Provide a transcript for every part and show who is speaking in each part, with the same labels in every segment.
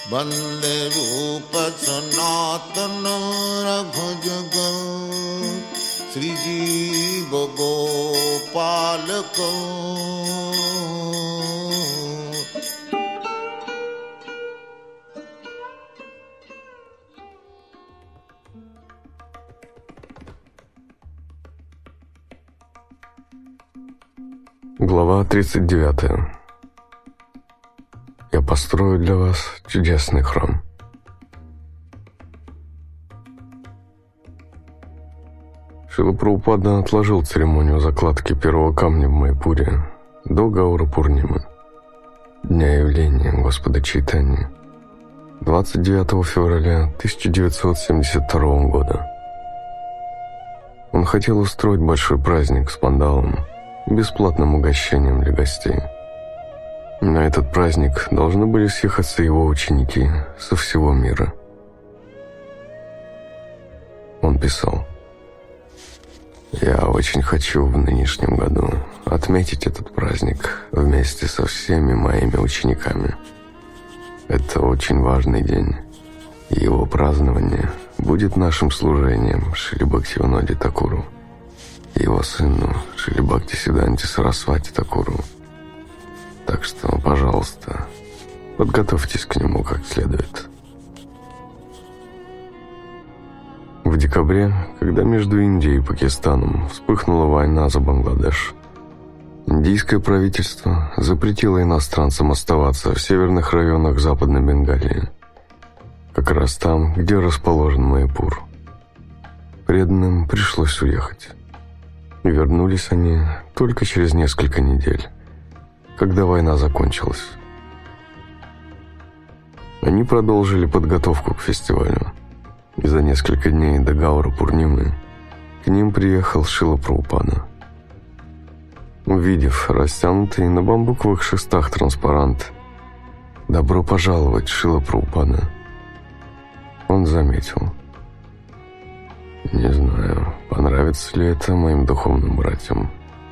Speaker 1: Bande Rupa Sanatana Raghujagam Sri Jiva Gopalakam.
Speaker 2: Глава 39. Я построю для вас чудесный храм. Шрила Прабхупада отложил церемонию закладки первого камня в Майпуре до Гаура Пурнимы, дня явления Господа Чайтаньи, 29 февраля 1972 года. Он хотел устроить большой праздник с пандалом, бесплатным угощением для гостей. На этот праздник должны были съехаться его ученики со всего мира. Он писал: «Я очень хочу в нынешнем году отметить этот праздник вместе со всеми моими учениками. Это очень важный день, и его празднование будет нашим служением Шриле Бхактивиноде Такуру и его сыну Шриле Бхактисиддханте Сарасвати Такуру. Так что, пожалуйста, подготовьтесь к нему как следует». В декабре, когда между Индией и Пакистаном вспыхнула война за Бангладеш, индийское правительство запретило иностранцам оставаться в северных районах Западной Бенгалии, как раз там, где расположен Майпур. Преданным пришлось уехать. И вернулись они только через несколько недель, когда война закончилась. Они продолжили подготовку к фестивалю, и за несколько дней до Гаура Пурнимы к ним приехал Шрила Прабхупада. Увидев растянутый на бамбуковых шестах транспарант «Добро пожаловать, Шрила Прабхупада», он заметил: «Не знаю, понравится ли это моим духовным братьям».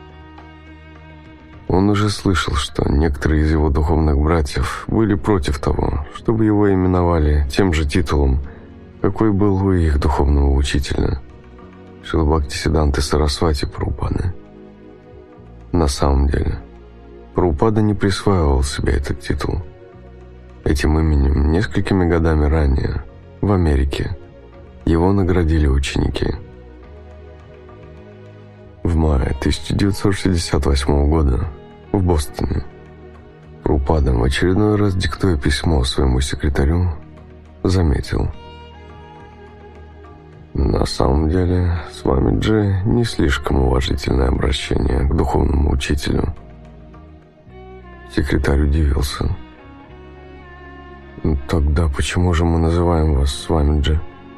Speaker 2: Он уже слышал, что некоторые из его духовных братьев были против того, чтобы его именовали тем же титулом, какой был у их духовного учителя, Шрилы Бхактисиддханты Сарасвати Прабхупады. На самом деле, Прабхупада не присваивал себе этот титул. Этим именем несколькими годами ранее, в Америке, его наградили ученики. В мае 1968 года в Бостоне Прабхупада, в очередной раз диктуя письмо своему секретарю, заметил: «На самом деле, с вами, Джи, не слишком уважительное обращение к духовному учителю». Секретарь удивился. «Тогда почему же мы называем вас с вами, Джи?»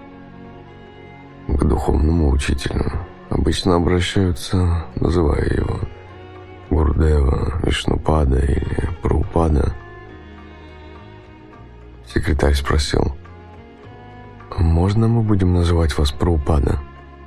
Speaker 2: «К духовному учителю обычно обращаются, называя его Гурудева, Вишнупада или Прабхупада». Секретарь спросил: «Можно мы будем называть вас Прабхупада?»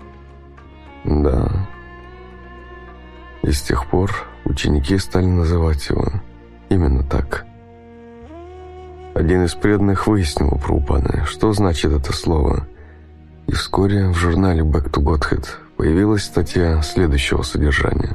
Speaker 2: «Да». И с тех пор ученики стали называть его именно так. Один из преданных выяснил у Прабхупады, что значит это слово, и вскоре в журнале «Back to Godhead» появилась статья следующего содержания: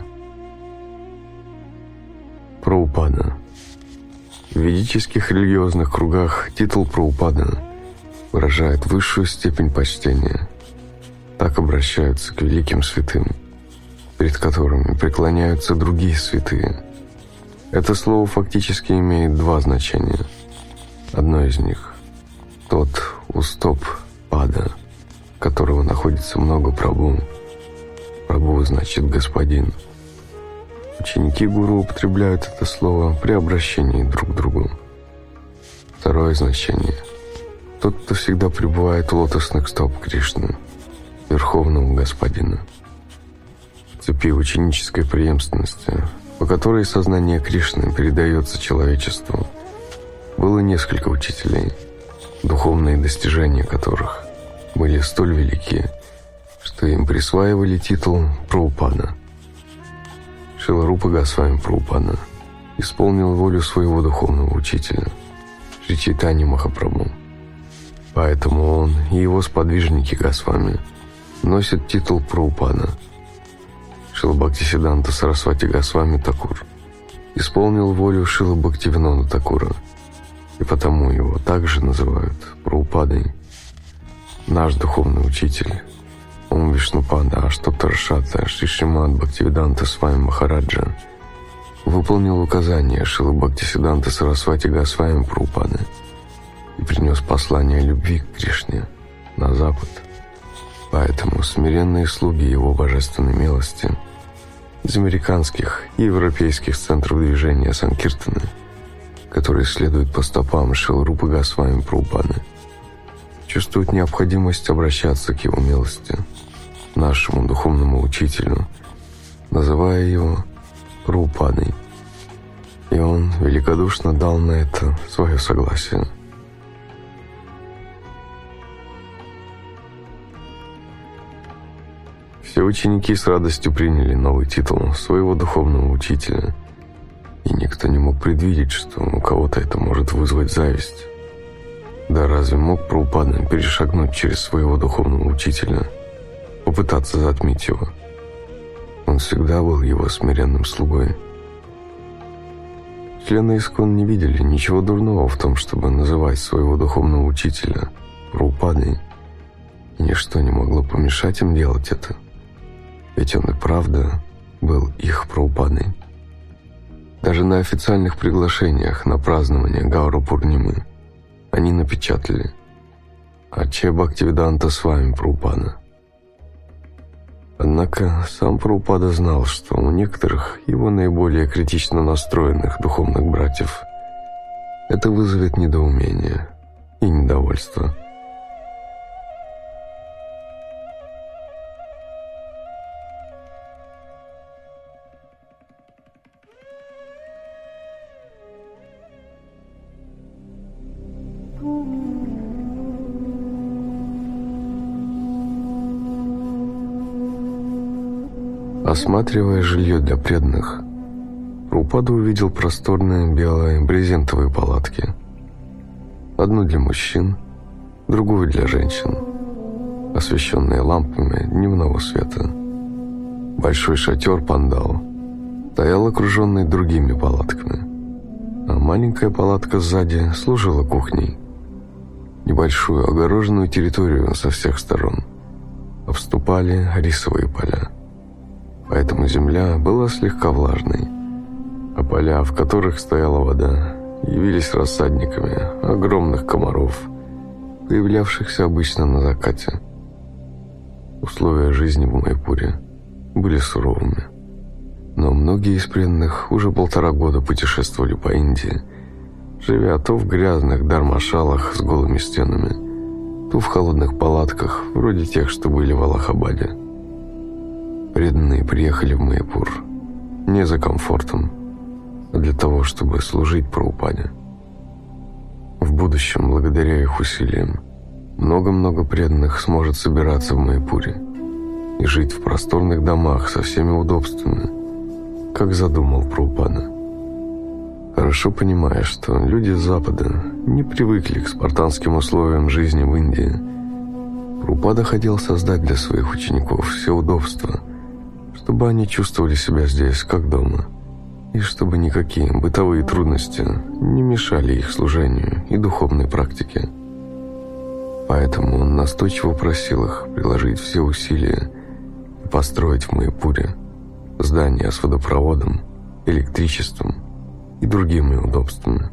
Speaker 2: Прабхупада. В ведических религиозных кругах титул Прабхупада выражает высшую степень почтения. Так обращаются к великим святым, перед которыми преклоняются другие святые. Это слово фактически имеет два значения. Одно из них – тот уступ пада, которого находится много Прабху. Прабху значит «господин». Ученики гуру употребляют это слово при обращении друг к другу. Второе значение – тот, кто всегда пребывает у лотосных стоп Кришны, Верховного Господина. В цепи ученической преемственности, по которой сознание Кришны передается человечеству, было несколько учителей, духовные достижения которых были столь велики, что им присваивали титул Прабхупада. Шрила Рупа Госвами Прабхупада исполнил волю своего духовного учителя, Шри Чайтанья Махапрабху. Поэтому он и его сподвижники Госвами носят титул Прабхупада. Шрила Бхактисиддханта Сарасвати Госвами Такур исполнил волю Шрилы Бхактивинода Такура, и потому его также называют Прабхупадой. Наш духовный учитель Ом Вишнупада Аштоттара Шата Шри Шримад Бхактивиданта Свами Махараджа выполнил указания Шрилы Бхактисиддханта Сарасвати Госвами Прабхупады и принес послание любви к Кришне на Запад. Поэтому смиренные слуги его божественной милости из американских и европейских центров движения Санкиртаны, которые следуют по стопам Шрилы Рупы Госвами Прабхупады, чувствуют необходимость обращаться к его милости, нашему духовному учителю, называя его Прабхупадой. И он великодушно дал на это свое согласие. Все ученики с радостью приняли новый титул своего духовного учителя, и никто не мог предвидеть, что у кого-то это может вызвать зависть. Да разве мог Прабхупада перешагнуть через своего духовного учителя, попытаться затмить его? Он всегда был его смиренным слугой. Члены ИСККОН не видели ничего дурного в том, чтобы называть своего духовного учителя Прабхупадой, и ничто не могло помешать им делать это. Ведь он и правда был их Прабхупадой. Даже на официальных приглашениях на празднование Гаура-Пурнимы они напечатали «Аче Бхактивиданта Свами Прабхупада». Однако сам Прабхупада знал, что у некоторых его наиболее критично настроенных духовных братьев это вызовет недоумение и недовольство. Осматривая жилье для преданных, Прабхупада увидел просторные белые брезентовые палатки. Одну для мужчин, другую для женщин, освещенные лампами дневного света. Большой шатер-пандал стоял окруженный другими палатками, а маленькая палатка сзади служила кухней. Небольшую огороженную территорию со всех сторон обступали рисовые поля. Поэтому земля была слегка влажной, а поля, в которых стояла вода, явились рассадниками огромных комаров, появлявшихся обычно на закате. Условия жизни в Майпуре были суровыми, но многие из преданных уже 1,5 года путешествовали по Индии, живя то в грязных дармашалах с голыми стенами, то в холодных палатках, вроде тех, что были в Аллахабаде. Преданные приехали в Майпур не за комфортом, а для того, чтобы служить Прабхупаде. В будущем, благодаря их усилиям, много-много преданных сможет собираться в Майпуре и жить в просторных домах со всеми удобствами, как задумал Прабхупада. Хорошо понимая, что люди с Запада не привыкли к спартанским условиям жизни в Индии, Прабхупада хотел создать для своих учеников все удобства, чтобы они чувствовали себя здесь как дома, и чтобы никакие бытовые трудности не мешали их служению и духовной практике. Поэтому он настойчиво просил их приложить все усилия и построить в Майпуре здания с водопроводом, электричеством и другими удобствами.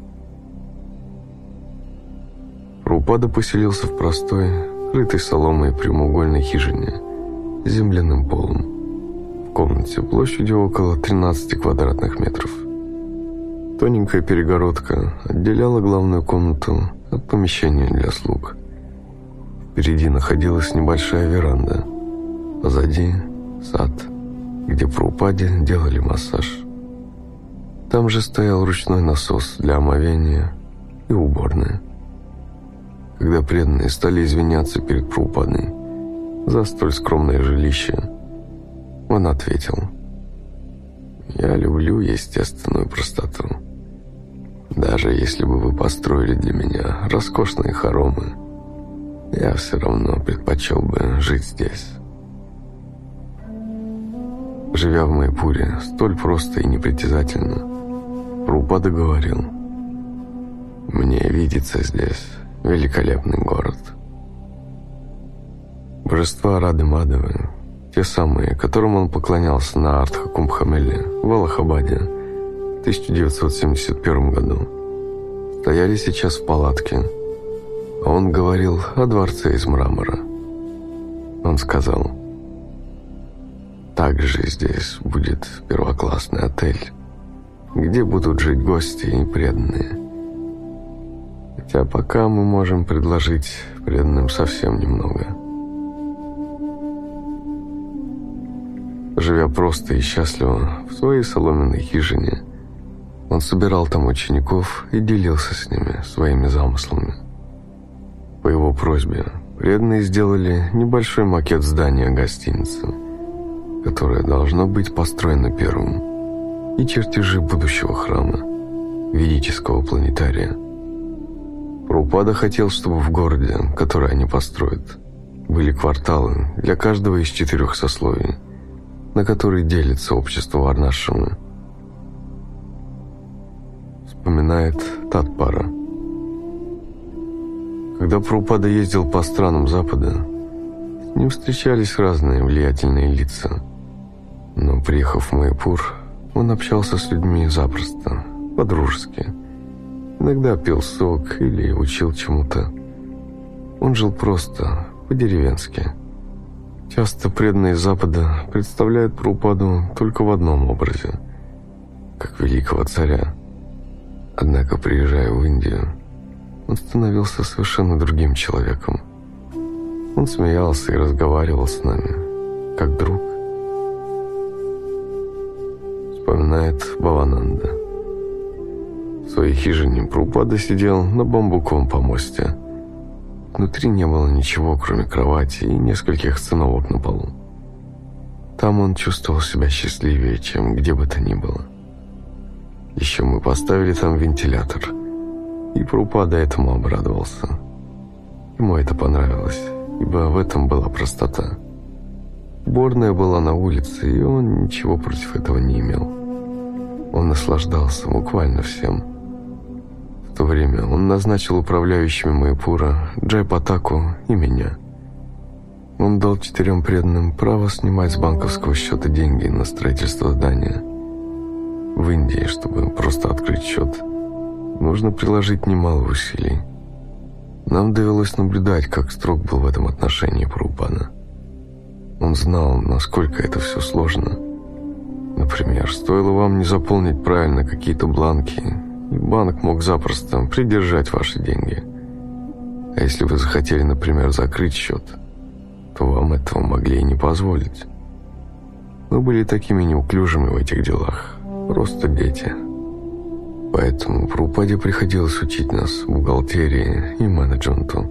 Speaker 2: Прабхупада поселился в простой, крытой соломой прямоугольной хижине с земляным полом, в комнате площадью около 13 квадратных метров. Тоненькая перегородка отделяла главную комнату от помещения для слуг. Впереди находилась небольшая веранда, позади сад, где Прабхупаде делали массаж. Там же стоял ручной насос для омовения и уборная. Когда преданные стали извиняться перед Прабхупадой за столь скромное жилище, он ответил: «Я люблю естественную простоту. Даже если бы вы построили для меня роскошные хоромы, я все равно предпочел бы жить здесь. Живя в Майпуре столь просто и непритязательно, Прабхупада говорил: «Мне видится здесь великолепный город». Божества Рады-Мадхавы, те самые, которым он поклонялся на Артха-Кумбхамеле в Аллахабаде в 1971 году, стояли сейчас в палатке, а он говорил о дворце из мрамора. Он сказал: «Также здесь будет первоклассный отель, где будут жить гости и преданные. Хотя пока мы можем предложить преданным совсем немного». Живя просто и счастливо в своей соломенной хижине, он собирал там учеников и делился с ними своими замыслами. По его просьбе преданные сделали небольшой макет здания гостиницы, которое должно быть построено первым, и чертежи будущего храма, ведического планетария. Прабхупада хотел, чтобы в городе, который они построят, были кварталы для каждого из 4 сословий, на которые делится общество Варнашрама. Вспоминает Татпара. Когда Прабхупада ездил по странам Запада, с ним встречались разные влиятельные лица. Но, приехав в Майпур, он общался с людьми запросто, по-дружески. Иногда пил сок или учил чему-то. Он жил просто, по-деревенски. Часто преданные Запада представляют Прабхупаду только в одном образе, как великого царя. Однако, приезжая в Индию, он становился совершенно другим человеком. Он смеялся и разговаривал с нами, как друг. Вспоминает Бхавананда. В своей хижине Прабхупада сидел на бамбуковом помосте. Внутри не было ничего, кроме кровати и нескольких циновок на полу. Там он чувствовал себя счастливее, чем где бы то ни было. Еще мы поставили там вентилятор, и Прабхупада этому обрадовался. Ему это понравилось, ибо в этом была простота. Уборная была на улице, и он ничего против этого не имел. Он наслаждался буквально всем. В то время он назначил управляющими Майпура Джайпатаку и меня. Он дал 4 преданным право снимать с банковского счета деньги на строительство здания. В Индии, чтобы просто открыть счет, нужно приложить немало усилий. Нам довелось наблюдать, как строг был в этом отношении Прабхупада. Он знал, насколько это все сложно. Например, стоило вам не заполнить правильно какие-то бланки, и банк мог запросто придержать ваши деньги. А если вы захотели, например, закрыть счет, то вам этого могли и не позволить. Мы были такими неуклюжими в этих делах, просто дети. Поэтому Прабхупаде приходилось учить нас бухгалтерии и менеджменту.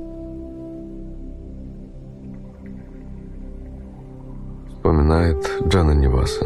Speaker 2: Вспоминает Джананиваса.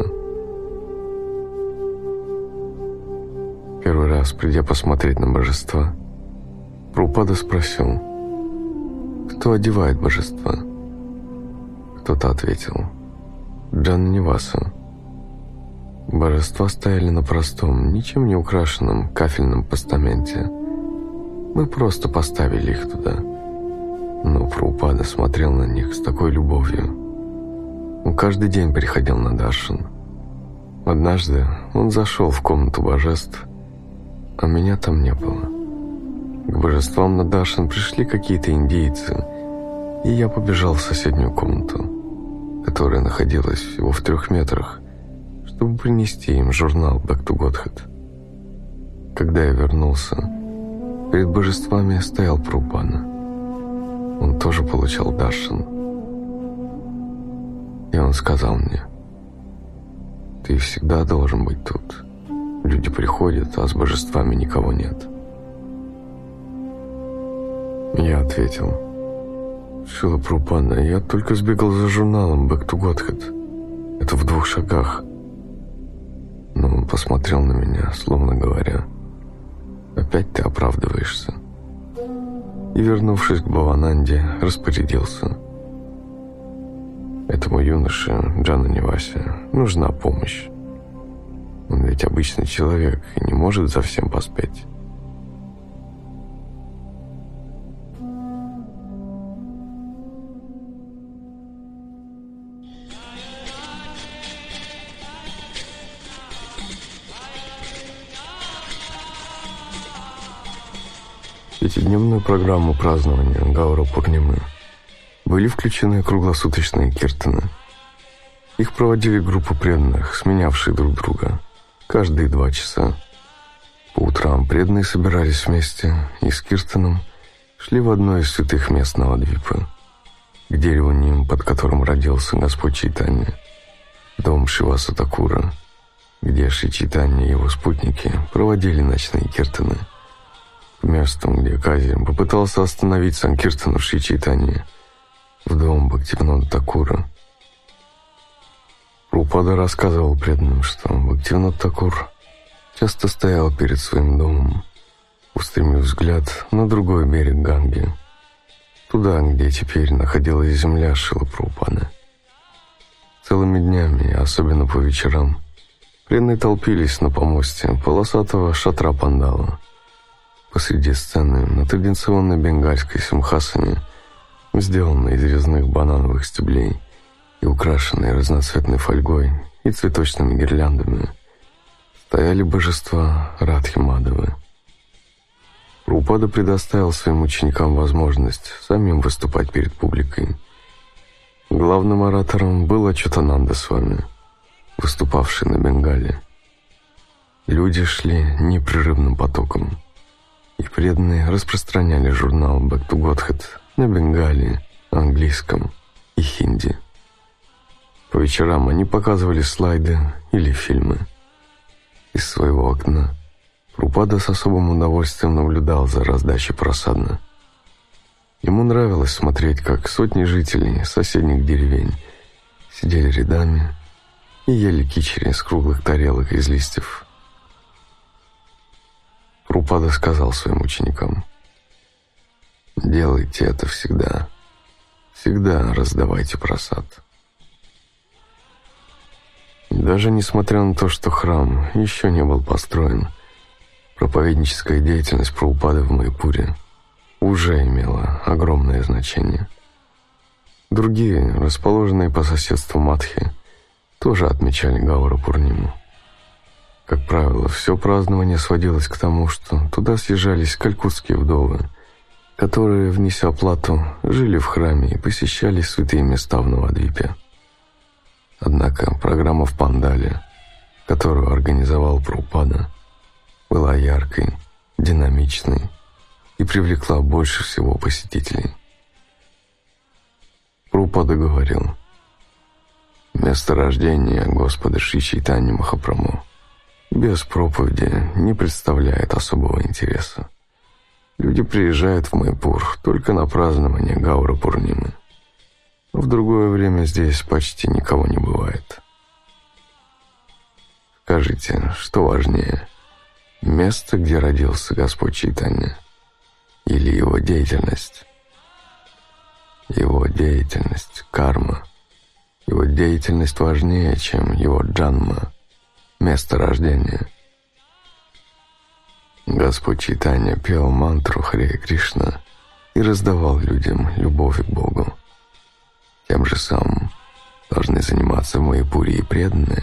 Speaker 2: Первый раз, придя посмотреть на божества, Прабхупада спросил: «Кто одевает божества?» Кто-то ответил: «Джананиваса». Божества стояли на простом, ничем не украшенном кафельном постаменте. Мы просто поставили их туда. Но Прабхупада смотрел на них с такой любовью. Он каждый день приходил на даршан. Однажды он зашел в комнату божеств, а меня там не было. К божествам на даршан пришли какие-то индейцы, и я побежал в соседнюю комнату, которая находилась всего в 3 метрах, чтобы принести им журнал «Back to Godhead». Когда я вернулся, перед божествами стоял Прабхупада. Он тоже получал даршан. И он сказал мне: «Ты всегда должен быть тут. Люди приходят, а с божествами никого нет». Я ответил: «Шрила Прабхупада, я только сбегал за журналом «Back to Godhead». Это в 2 шагах». Но он посмотрел на меня, словно говоря: опять ты оправдываешься». И, вернувшись к Бхавананде, распорядился: «Этому юноше, Джананивасе, нужна помощь. Он ведь обычный человек и не может за всем поспеть». В пятидневную программу празднования Гаура-Пурнимы были включены круглосуточные киртаны. Их проводили группы преданных, сменявшие друг друга, каждые 2 часа. По утрам преданные собирались вместе и с киртаном шли в одно из святых мест Навадвипы, к дереву Ним, под которым родился Господь Чайтанья, дом Шриваса Такура, где Шри Чайтанья и его спутники проводили ночные киртаны. К месту, где Кази попытался остановить Санкиртану Шри Чайтаньи, в дом Бхактивинода Такура. Прабхупада рассказывал преданным, что Бхактивинод Такур часто стоял перед своим домом, устремив взгляд на другой берег Ганги, туда, где теперь находилась земля Шрилы Прабхупады. Целыми днями, особенно по вечерам, преданные толпились на помосте полосатого шатра пандала. Посреди сцены на традиционной бенгальской симхасане, сделанной из резных банановых стеблей и украшенной разноцветной фольгой и цветочными гирляндами, стояли божества Радхи-Мадхавы. Прабхупада предоставил своим ученикам возможность самим выступать перед публикой. Главным оратором был Ачютананда Свами, выступавший на бенгале. Люди шли непрерывным потоком, и преданные распространяли журнал «Back to Godhead» на бенгале, английском и хинди. По вечерам они показывали слайды или фильмы. Из своего окна Прабхупада с особым удовольствием наблюдал за раздачей прасадны. Ему нравилось смотреть, как сотни жителей соседних деревень сидели рядами и ели кичери с круглых тарелок из листьев. Прабхупада сказал своим ученикам: «Делайте это всегда. Всегда раздавайте прасад». Даже несмотря на то, что храм еще не был построен, проповедническая деятельность Прабхупады в Майяпуре уже имела огромное значение. Другие, расположенные по соседству Мадхи, тоже отмечали Гаура-Пурниму. Как правило, все празднование сводилось к тому, что туда съезжались калькутские вдовы, которые, внеся плату, жили в храме и посещали святые места в Навадвипе. Однако программа в пандале, которую организовал Прабхупада, была яркой, динамичной и привлекла больше всего посетителей. Прабхупада говорил: «Место рождения Господа Шри Чайтаньи Махапрабху без проповеди не представляет особого интереса. Люди приезжают в Майяпур только на празднование Гаура-Пурнимы. В другое время здесь почти никого не бывает. Скажите, что важнее, место, где родился Господь Чайтанья, или его деятельность? Его деятельность, карма. Его деятельность важнее, чем его джанма, место рождения». Господь Чайтанья пел мантру Харе Кришна и раздавал людям любовь к Богу. Тем же самым должны заниматься в Майяпуре и преданные.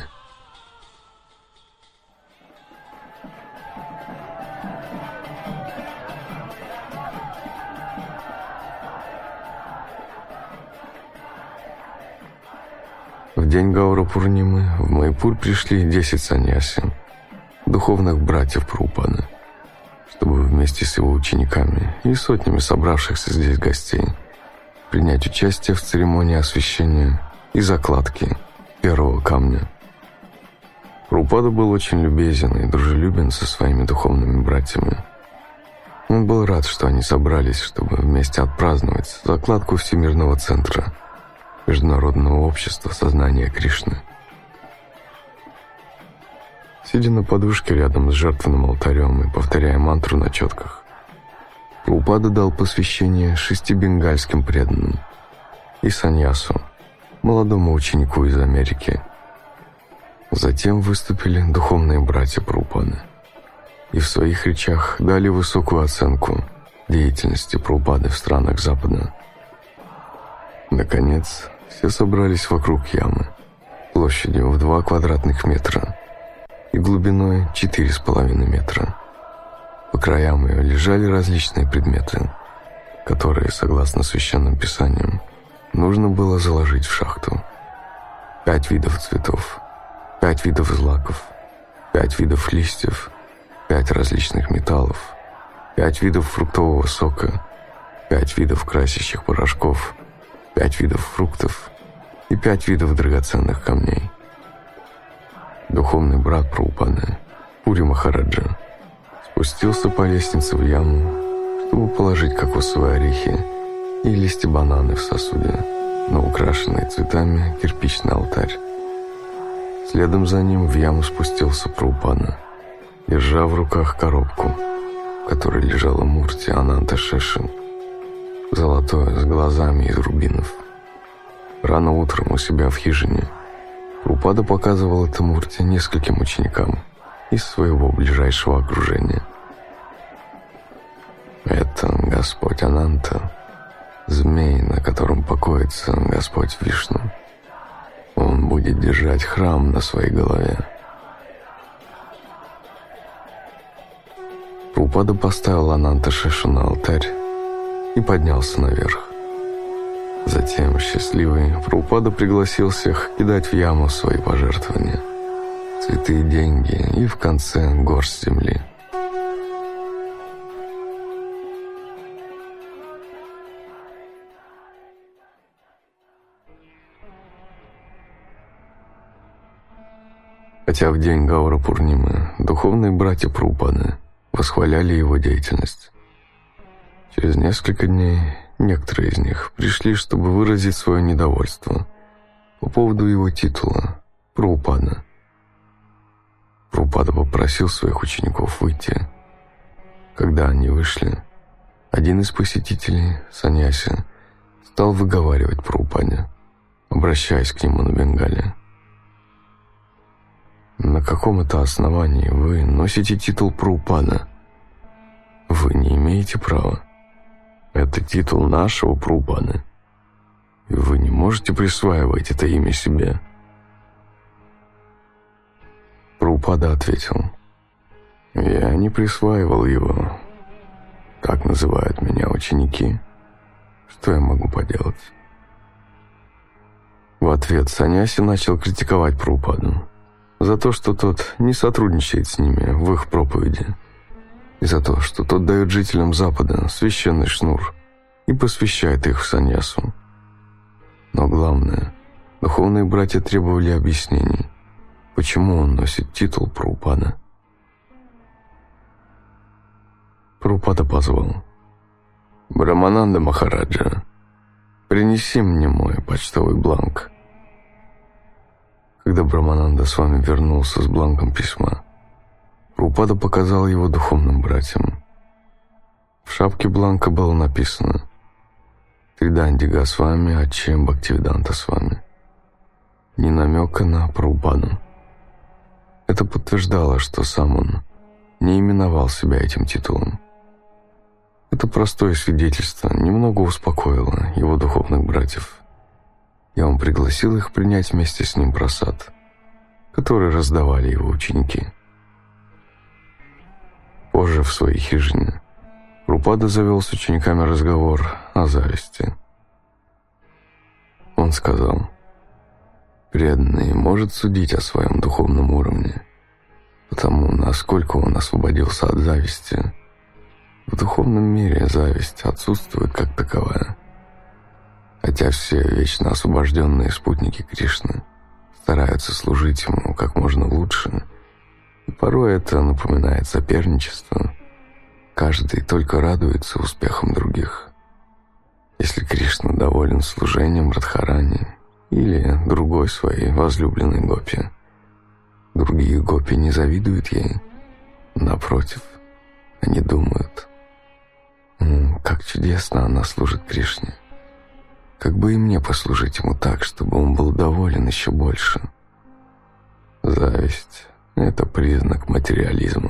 Speaker 2: В день Гаура-Пурнимы в Майяпур пришли 10 саньяси, духовных братьев Прабхупады, чтобы вместе с его учениками и сотнями собравшихся здесь гостей принять участие в церемонии освящения и закладки первого камня. Прабхупада был очень любезен и дружелюбен со своими духовными братьями. Он был рад, что они собрались, чтобы вместе отпраздновать закладку Всемирного центра Международного общества сознания Кришны. Сидя на подушке рядом с жертвенным алтарем и повторяя мантру на четках, Прабхупада дал посвящение 6 бенгальским преданным и саньясу, молодому ученику из Америки. Затем выступили духовные братья Прабхупады и в своих речах дали высокую оценку деятельности Прабхупады в странах Запада. Наконец, все собрались вокруг ямы, площадью в 2 квадратных метра и глубиной 4,5 метра. По краям ее лежали различные предметы, которые, согласно священным писаниям, нужно было заложить в шахту. 5 видов цветов, 5 видов злаков, 5 видов листьев, 5 различных металлов, 5 видов фруктового сока, 5 видов красящих порошков, 5 видов фруктов и 5 видов драгоценных камней. Духовный брат Прабхупады, Пури Махараджа, спустился по лестнице в яму, чтобы положить кокосовые орехи и листья бананы в сосуде на украшенный цветами кирпичный алтарь. Следом за ним в яму спустился Прабхупада, держа в руках коробку, в которой лежала мурти Ананта Шеши, золотое с глазами из рубинов. Рано утром у себя в хижине Прабхупада показывал эту мурти нескольким ученикам из своего ближайшего окружения. Это Господь Ананта, змей, на котором покоится Господь Вишну. Он будет держать храм на своей голове. Прабхупада поставил Ананта Шешу на алтарь и поднялся наверх. Затем, счастливый, Прабхупада пригласил всех кидать в яму свои пожертвования, цветы и деньги, и в конце горсть земли. Хотя в день Гаура Пурнимы духовные братья Прабхупады восхваляли его деятельность, через несколько дней некоторые из них пришли, чтобы выразить свое недовольство по поводу его титула Прабхупада. Прабхупада попросил своих учеников выйти. Когда они вышли, один из посетителей, саньяси, стал выговаривать Прабхупаде, обращаясь к нему на бенгале. «На каком это основании вы носите титул Прабхупада? Вы не имеете права. Это титул нашего Прабхупады, и вы не можете присваивать это имя себе». Прабхупада ответил: «Я не присваивал его. Так называют меня ученики. Что я могу поделать?» В ответ саньяси начал критиковать Прабхупаду за то, что тот не сотрудничает с ними в их проповеди, и за то, что тот дает жителям Запада священный шнур и посвящает их в саньясу. Но главное, духовные братья требовали объяснений, почему он носит титул Прабхупада. Прабхупада позвал: «Брамананда Махараджа, принеси мне мой почтовый бланк». Когда Брамананда с вами вернулся с бланком письма, Прабхупада показал его духовным братьям. В шапке бланка было написано: «Триданди Госвами Ачем Бхактивиданта Свами». Ни намека на Прабхупаду. Это подтверждало, что сам он не именовал себя этим титулом. Это простое свидетельство немного успокоило его духовных братьев, и он пригласил их принять вместе с ним прасад, который раздавали его ученики. Позже в своей хижине Прабхупада завел с учениками разговор о зависти. Он сказал: «Преданный может судить о своем духовном уровне, потому насколько он освободился от зависти. В духовном мире зависть отсутствует как таковая, хотя все вечно освобожденные спутники Кришны стараются служить ему как можно лучше, и порой это напоминает соперничество. Каждый только радуется успехам других. Если Кришна доволен служением Радхарани или другой своей возлюбленной гопи, Другие гопи не завидуют ей. Напротив, они думают: как чудесно она служит Кришне. Как бы и мне послужить ему так, чтобы он был доволен еще больше. Зависть — это признак материализма.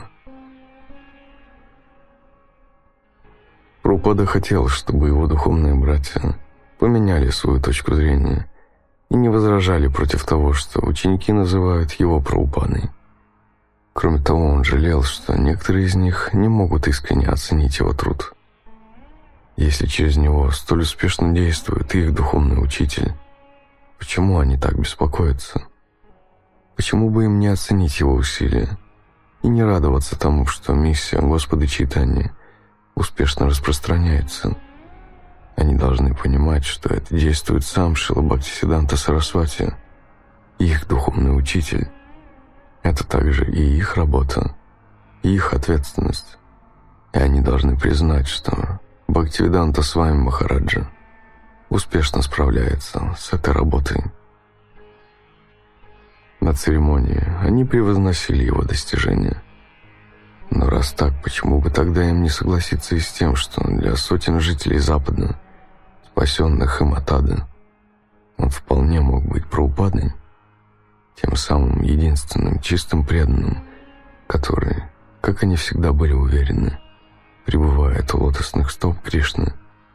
Speaker 2: Прабхупада хотел, чтобы его духовные братья поменяли свою точку зрения и не возражали против того, что ученики называют его Прабхупадой. Кроме того, он жалел, что некоторые из них не могут искренне оценить его труд. Если через него столь успешно действует их духовный учитель, почему они так беспокоятся? Почему бы им не оценить его усилия и не радоваться тому, что миссия Господа Чайтаньи успешно распространяется? Они должны понимать, что это действует сам Шрила Бхактисиддханта Сарасвати, их духовный учитель. Это также и их работа, и их ответственность. И они должны признать, что Бхактивиданта Свами Махараджа успешно справляется с этой работой. На церемонии они превозносили его достижения. Но раз так, почему бы тогда им не согласиться и с тем, что для сотен жителей Запада, спасенных им от ада, он вполне мог быть Прабхупадой, тем самым единственным чистым преданным, который, как они всегда были уверены, пребывает у лотосных стоп Кришны.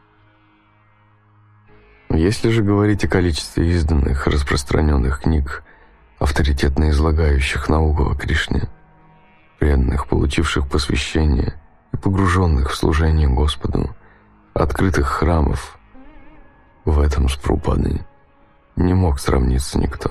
Speaker 2: Если же говорить о количестве изданных, распространенных книг, авторитетно излагающих науку о Кришне, преданных, получивших посвящение и погруженных в служение Господу, открытых храмов, в этом с Прабхупадой не мог сравниться никто.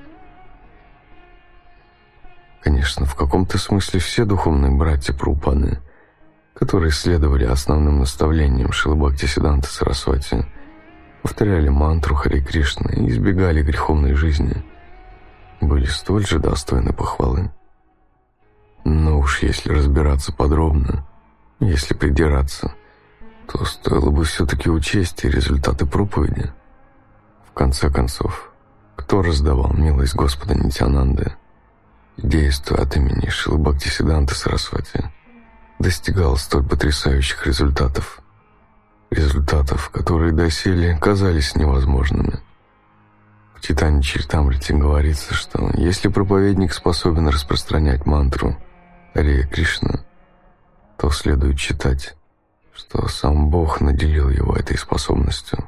Speaker 2: Конечно, в каком-то смысле все духовные братья Прабхупады, которые следовали основным наставлениям Шрилы Бхактисиддханты Сарасвати, повторяли мантру Харе Кришна и избегали греховной жизни, были столь же достойны похвалы. Но уж если разбираться подробно, если придираться, то стоило бы все-таки учесть и результаты проповеди. В конце концов, кто раздавал милость Господа Нитьянанды, действуя от имени Шрилы Бхактисиддханты Сарасвати, достигал столь потрясающих результатов, которые доселе казались невозможными. В Чайтанья Чаритамрите говорится, что если проповедник способен распространять мантру Харе Кришна, то следует считать, что сам Бог наделил его этой способностью.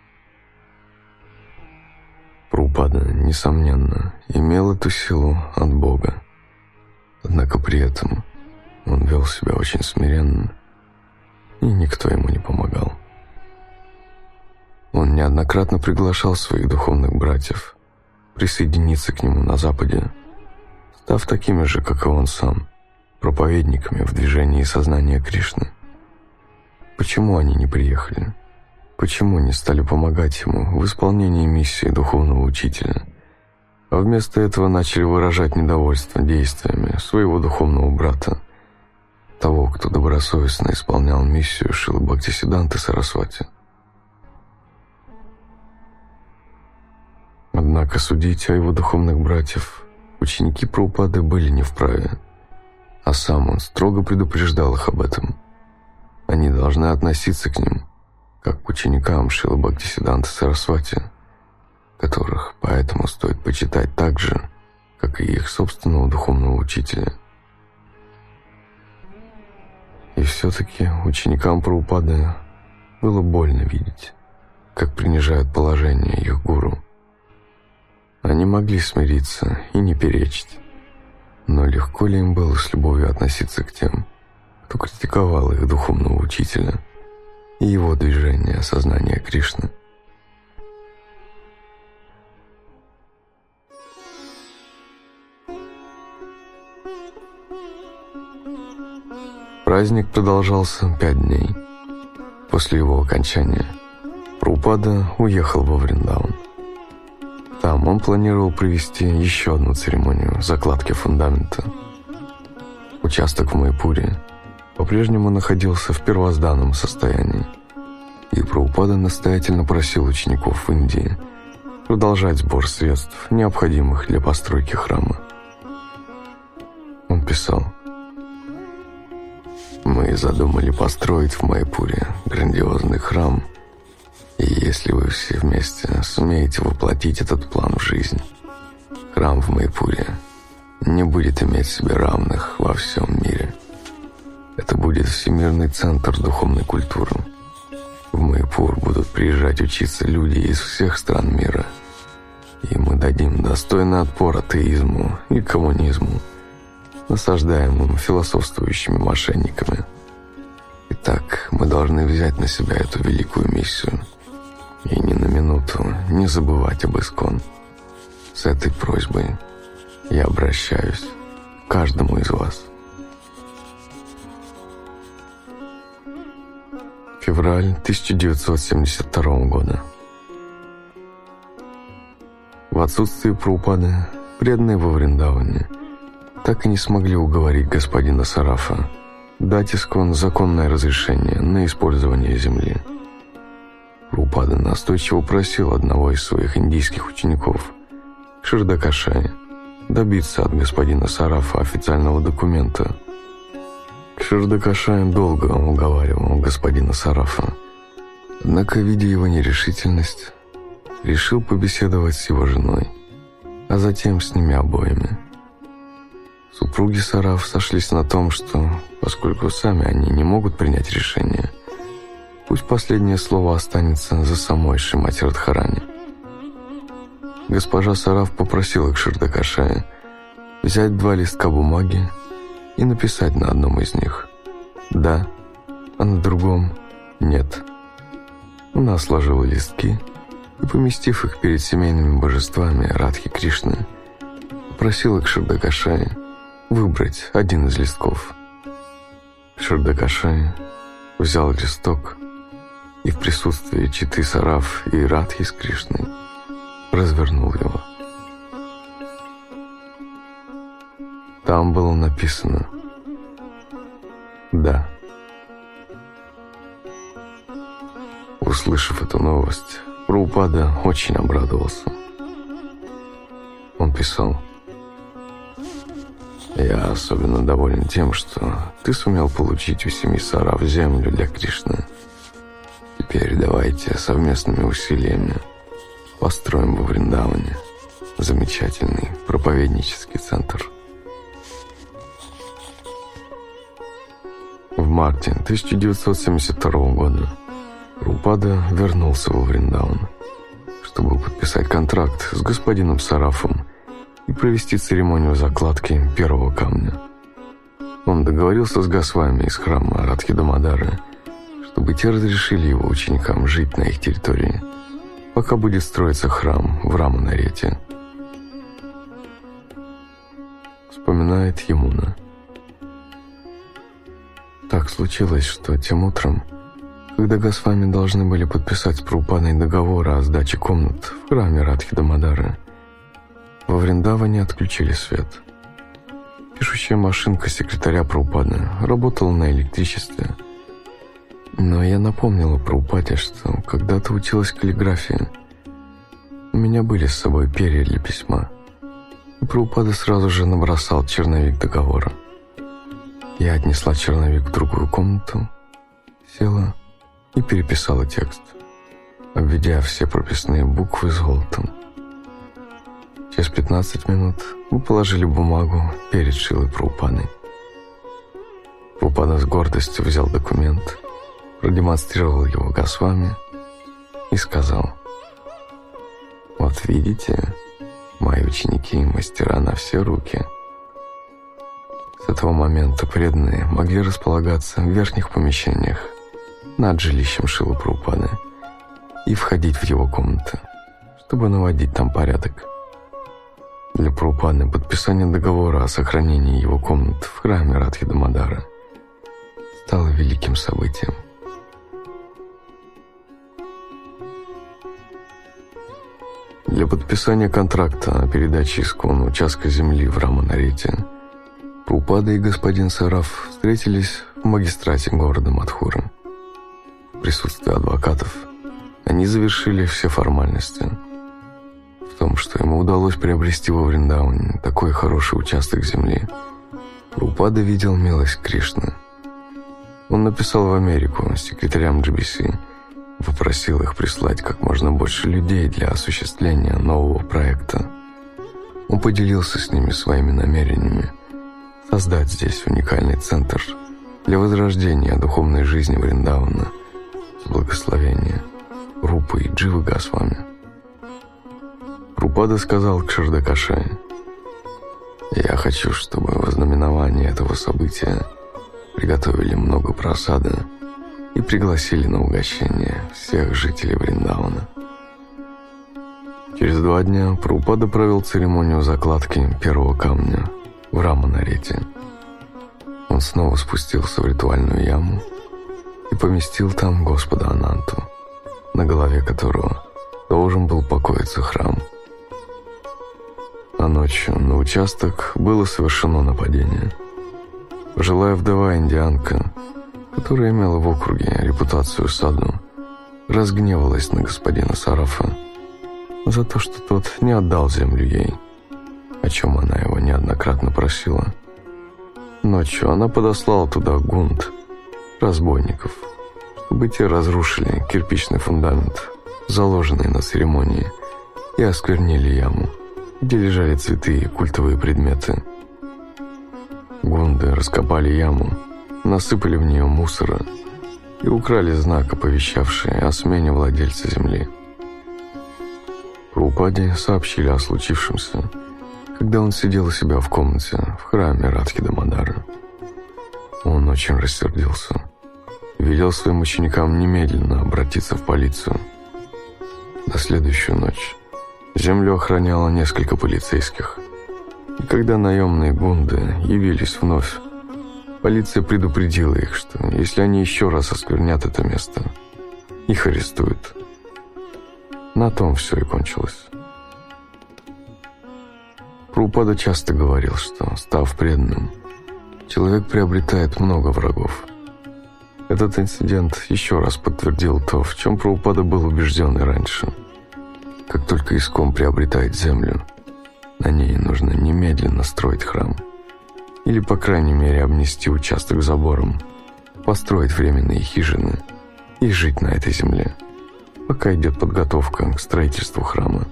Speaker 2: Прабхупада, несомненно, имел эту силу от Бога, однако при этом он вел себя очень смиренно, и никто ему не помогал. Он неоднократно приглашал своих духовных братьев присоединиться к нему на Западе, став такими же, как и он сам, проповедниками в движении сознания Кришны. Почему они не приехали? Почему не стали помогать ему в исполнении миссии духовного учителя, а вместо этого начали выражать недовольство действиями своего духовного брата, того, кто добросовестно исполнял миссию Шрилы Бхактисиддханты Сарасвати? Однако судить о его духовных братьев ученики Прабхупады были не вправе, а сам он строго предупреждал их об этом. Они должны относиться к ним как к ученикам Шрилы Бхактисиддханты Сарасвати, которых поэтому стоит почитать так же, как и их собственного духовного учителя. И все-таки ученикам Прабхупады было больно видеть, как принижают положение их гуру. Они могли смириться и не перечить, но легко ли им было с любовью относиться к тем, кто критиковал их духовного учителя и его движение сознания Кришны? Праздник продолжался 5 дней. После его окончания Прабхупада уехал во Вриндаун. Там он планировал провести еще одну церемонию закладки фундамента. Участок в Майпуре по-прежнему находился в первозданном состоянии, и Прабхупада настоятельно просил учеников в Индии продолжать сбор средств, необходимых для постройки храма. он писал: «Мы задумали построить в Майпуре грандиозный храм, и если вы все вместе сумеете воплотить этот план в жизнь, храм в Майпуре не будет иметь себе равных во всем мире. Это будет всемирный центр духовной культуры. В Майпур будут приезжать учиться люди из всех стран мира, и мы дадим достойный отпор атеизму и коммунизму, насаждаемым философствующими мошенниками. Итак, мы должны взять на себя эту великую миссию и ни на минуту не забывать об Искон. С этой просьбой я обращаюсь к каждому из вас». Февраль 1972 года. В отсутствие Прабхупады преданные во Вриндаване так и не смогли уговорить господина Сарафа дать Искон законное разрешение на использование земли. Прабхупада настойчиво просил одного из своих индийских учеников, Кширдакашай, добиться от господина Сарафа официального документа. Кширдакашай долго уговаривал господина Сарафа, однако, видя его нерешительность, решил побеседовать с его женой, а затем с ними обоими. Супруги Сараф сошлись на том, что, поскольку сами они не могут принять решение, пусть последнее слово останется за самой Шримати Радхарани. Госпожа Сараф попросила Кширдакашая взять 2 листка бумаги и написать на одном из них «да», а на другом «нет». Она сложила листки и, поместив их перед семейными божествами Радхи Кришны, попросила Кширдакашая выбрать один из листков. Кширдакашай взял листок и в присутствии Читы Сараф и Радхи с Кришной развернул его. Там было написано «да». Услышав эту новость, Прабхупада очень обрадовался. Он писал: «Я особенно доволен тем, что ты сумел получить у семьи Сараф землю для Кришны. Теперь давайте совместными усилиями построим во Вриндаване замечательный проповеднический центр». В марте 1972 года Прабхупада вернулся во Вриндаван, чтобы подписать контракт с господином Сарафом и провести церемонию закладки первого камня. Он договорился с Госвами из храма Радхи Дамодары, чтобы те разрешили его ученикам жить на их территории, пока будет строиться храм в Раманарете. Вспоминает Ямуна: «Так случилось, что тем утром, когда Госвами должны были подписать с Прабхупадой договор о сдаче комнат в храме Радхи Дамодары, во Вриндаване отключили свет. Пишущая машинка секретаря Прабхупады работала на электричестве. Но я напомнила Прабхупаде, что когда-то училась каллиграфии. У меня были с собой перья для письма, и Прабхупада сразу же набросал черновик договора. Я отнесла черновик в другую комнату, села и переписала текст, обведя все прописные буквы золотом. Через 15 минут мы положили бумагу перед Шрилой Прабхупадой. Прабхупада с гордостью взял документ, продемонстрировал его Госвами и сказал: «Вот видите, мои ученики и мастера на все руки». С этого момента преданные могли располагаться в верхних помещениях над жилищем Шрилы Прабхупады и входить в его комнаты, чтобы наводить там порядок. Для Прабхупады подписание договора о сохранении его комнат в храме Радхи Дамодары стало великим событием. Для подписания контракта о передаче Искон участка земли в Раманарете Прабхупада и господин Сараф встретились в магистрате города Мадхуры. В присутствии адвокатов они завершили все формальности. В том, что ему удалось приобрести во Вриндаване такой хороший участок земли, Прабхупада видел милость Кришны. Он написал в Америку секретарям GBC, попросил их прислать как можно больше людей для осуществления нового проекта. Он поделился с ними своими намерениями создать здесь уникальный центр для возрождения духовной жизни Вриндавана с благословения Рупы и Дживы Госвами. Прабхупада сказал Кшардакаше: «Я хочу, чтобы в ознаменование этого события приготовили много прасада и пригласили на угощение всех жителей Вриндавана». Через 2 дня Прабхупада провел церемонию закладки первого камня в Раманарете. Он снова спустился в ритуальную яму и поместил там Господа Ананту, на голове которого должен был покоиться храм. А ночью на участок было совершено нападение. Пожилая вдова-индианка, которая имела в округе репутацию саду, разгневалась на господина Сарафа за то, что тот не отдал землю ей, о чем она его неоднократно просила. Ночью она подослала туда гунт, разбойников, чтобы те разрушили кирпичный фундамент, заложенный на церемонии, и осквернили яму, где лежали цветы и культовые предметы. Гунды раскопали яму, насыпали в нее мусора и украли знак, оповещавший о смене владельца земли. Прабхупаде сообщили о случившемся, когда он сидел у себя в комнате в храме Радхи Дамодара. Он очень рассердился, велел своим ученикам немедленно обратиться в полицию. На следующую ночь землю охраняло несколько полицейских, и когда наемные гунды явились вновь, полиция предупредила их, что если они еще раз осквернят это место, их арестуют. На том все и кончилось. Прабхупада часто говорил, что, став преданным, человек приобретает много врагов. Этот инцидент еще раз подтвердил то, в чем Прабхупада был убежден и раньше. Как только искон приобретает землю, на ней нужно немедленно строить храм. Или, по крайней мере, обнести участок забором, построить временные хижины и жить на этой земле, пока идет подготовка к строительству храма.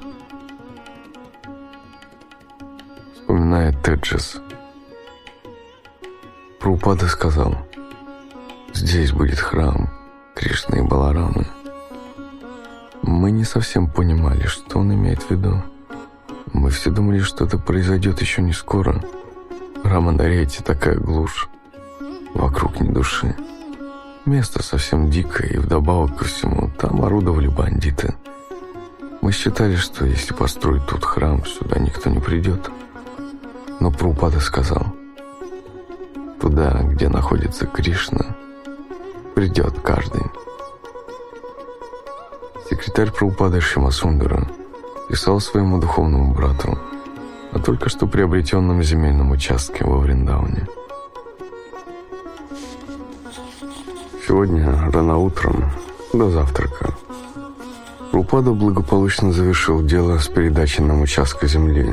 Speaker 2: Вспоминает Теджес. Прабхупада сказал: «Здесь будет храм Кришны и Баларамы». Мы не совсем понимали, что он имеет в виду. Мы все думали, что это произойдет еще не скоро. В Раманарете такая глушь, вокруг ни души. Место совсем дикое, и вдобавок ко всему там орудовали бандиты. Мы считали, что если построить тут храм, сюда никто не придет. Но Прабхупада сказал: туда, где находится Кришна, придет каждый. Секретарь Прабхупады Шьямасундара писал своему духовному брату о только что приобретенном земельном участке во Вриндаване. Сегодня рано утром, до завтрака, Прабхупада благополучно завершил дело с передачей нам участка земли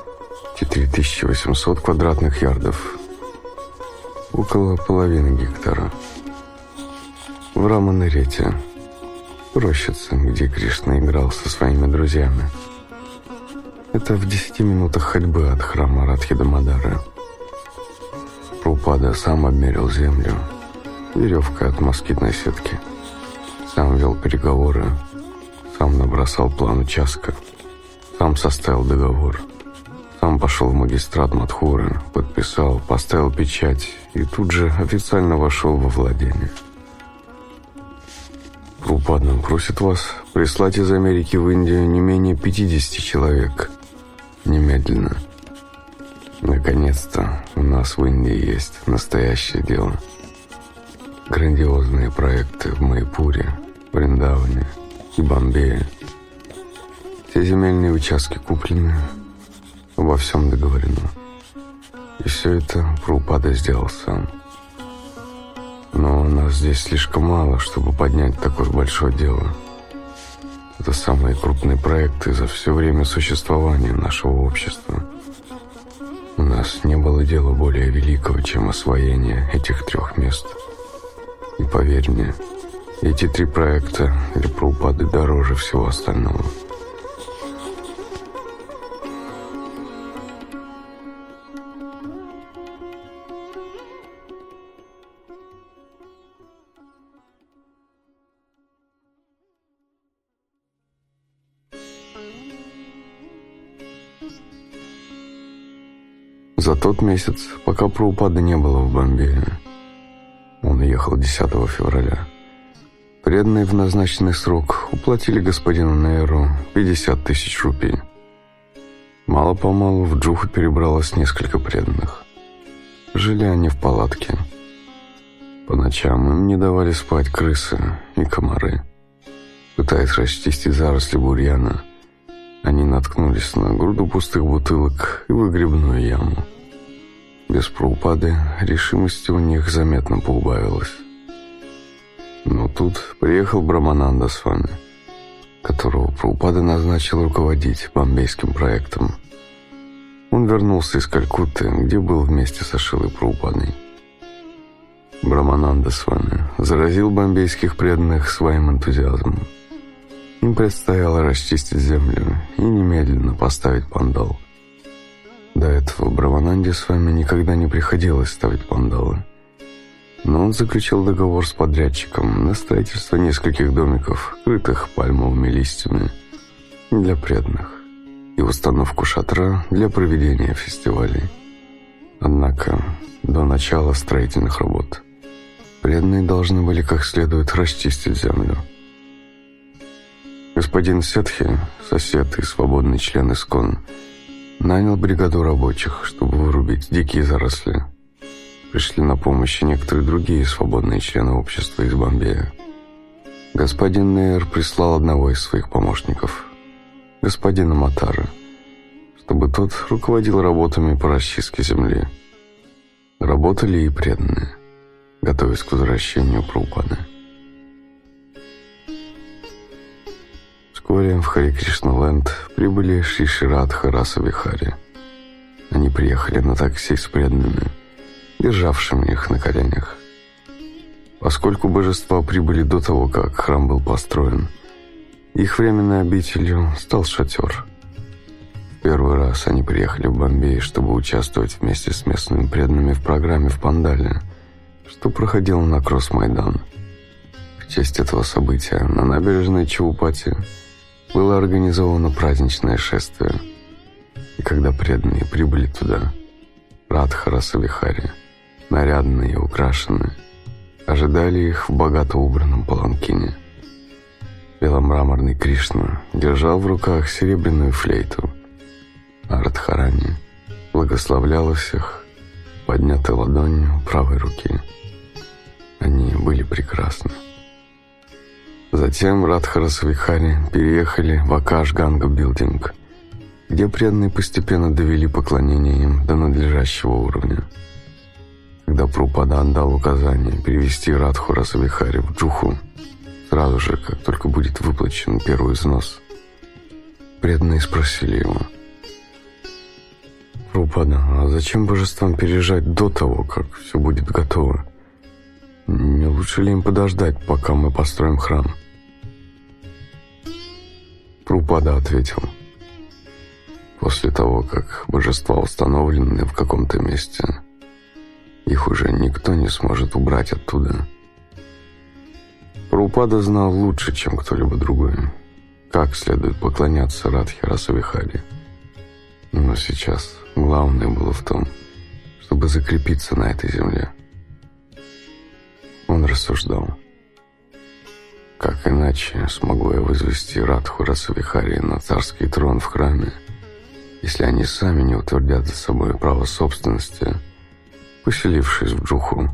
Speaker 2: 4800 квадратных ярдов, около половины гектара, в Раманарете, рощице, где Кришна играл со своими друзьями. Это в 10 минутах ходьбы от храма Радхи Дамодара. Прабхупада сам обмерил землю веревкой от москитной сетки, сам вел переговоры, сам набросал план участка, сам составил договор, сам пошел в магистрат Мадхуры, подписал, поставил печать и тут же официально вошел во владение. Прабхупада просит вас прислать из Америки в Индию не менее 50 человек. Немедленно. Наконец-то у нас в Индии есть настоящее дело. Грандиозные проекты в Майпуре, Вриндаване и Бомбее. Все земельные участки куплены, обо всем договорено. И все это Прабхупада сделал сам. Но у нас здесь слишком мало, чтобы поднять такое большое дело. Это самые крупные проекты за все время существования нашего общества. У нас не было дела более великого, чем освоение этих 3 мест. И поверь мне, эти 3 проекта для Прабхупады дороже всего остального. За тот месяц, пока Прабхупады не было в Бомбее, он уехал 10 февраля, преданные в назначенный срок уплатили господину Нейру 50 000 рупий. Мало-помалу в Джуху перебралось несколько преданных. Жили они в палатке. По ночам им не давали спать крысы и комары. Пытаясь расчистить заросли бурьяна, они наткнулись на груду пустых бутылок и выгребную яму. Без Прабхупады решимости у них заметно поубавилось. Но тут приехал Брамананда с вами, которого Прабхупада назначил руководить бомбейским проектом. Он вернулся из Калькутты, где был вместе со Шилой Прабхупадой. Брамананда с вами заразил бомбейских преданных своим энтузиазмом. Им предстояло расчистить землю и немедленно поставить пандал. До этого Брамананде с вами никогда не приходилось ставить пандалы. Но он заключил договор с подрядчиком на строительство нескольких домиков, крытых пальмовыми листьями, для преданных, и установку шатра для проведения фестивалей. Однако до начала строительных работ преданные должны были как следует расчистить землю. Господин Сетхи, сосед и свободный член ИСККОН, нанял бригаду рабочих, чтобы вырубить дикие заросли. Пришли на помощь и некоторые другие свободные члены общества из Бомбея. Господин Нейр прислал одного из своих помощников, господина Матара, чтобы тот руководил работами по расчистке земли. Работали и преданные, готовясь к возвращению Прабхупады. Вскоре в Хари-Кришна-ленд прибыли Шри Ширадха Раса Вихари. Они приехали на такси с преданными, державшими их на коленях. Поскольку божества прибыли до того, как храм был построен, их временной обителью стал шатер. В первый раз они приехали в Бомбей, чтобы участвовать вместе с местными преданными в программе в Пандале, что проходило на Кросс-Майдан. В честь этого события на набережной Чаупати было организовано праздничное шествие. И когда преданные прибыли туда, Радха Раса Вихари, нарядные и украшенные, ожидали их в богато убранном паланкине. Беломраморный Кришна держал в руках серебряную флейту, а Радхарани благословляла всех, поднятой ладонью правой руки. Они были прекрасны. Затем Радха Раса Вихари переехали в Акаш Ганга Билдинг, где преданные постепенно довели поклонение им до надлежащего уровня. Когда Прабхупада отдал указание перевести Радху Раса Вихари в Джуху, сразу же, как только будет выплачен первый взнос, преданные спросили его: «Прабхупада, а зачем божествам переезжать до того, как все будет готово? Не лучше ли им подождать, пока мы построим храм?» Прабхупада ответил: «После того, как божества установлены в каком-то месте, их уже никто не сможет убрать оттуда». Прабхупада знал лучше, чем кто-либо другой, как следует поклоняться Радхе Раса Вихари. Но сейчас главное было в том, чтобы закрепиться на этой земле. Он рассуждал: как иначе смогу я возвести Радху Раса Вихари на царский трон в храме, если они сами не утвердят за собой право собственности, поселившись в Джуху?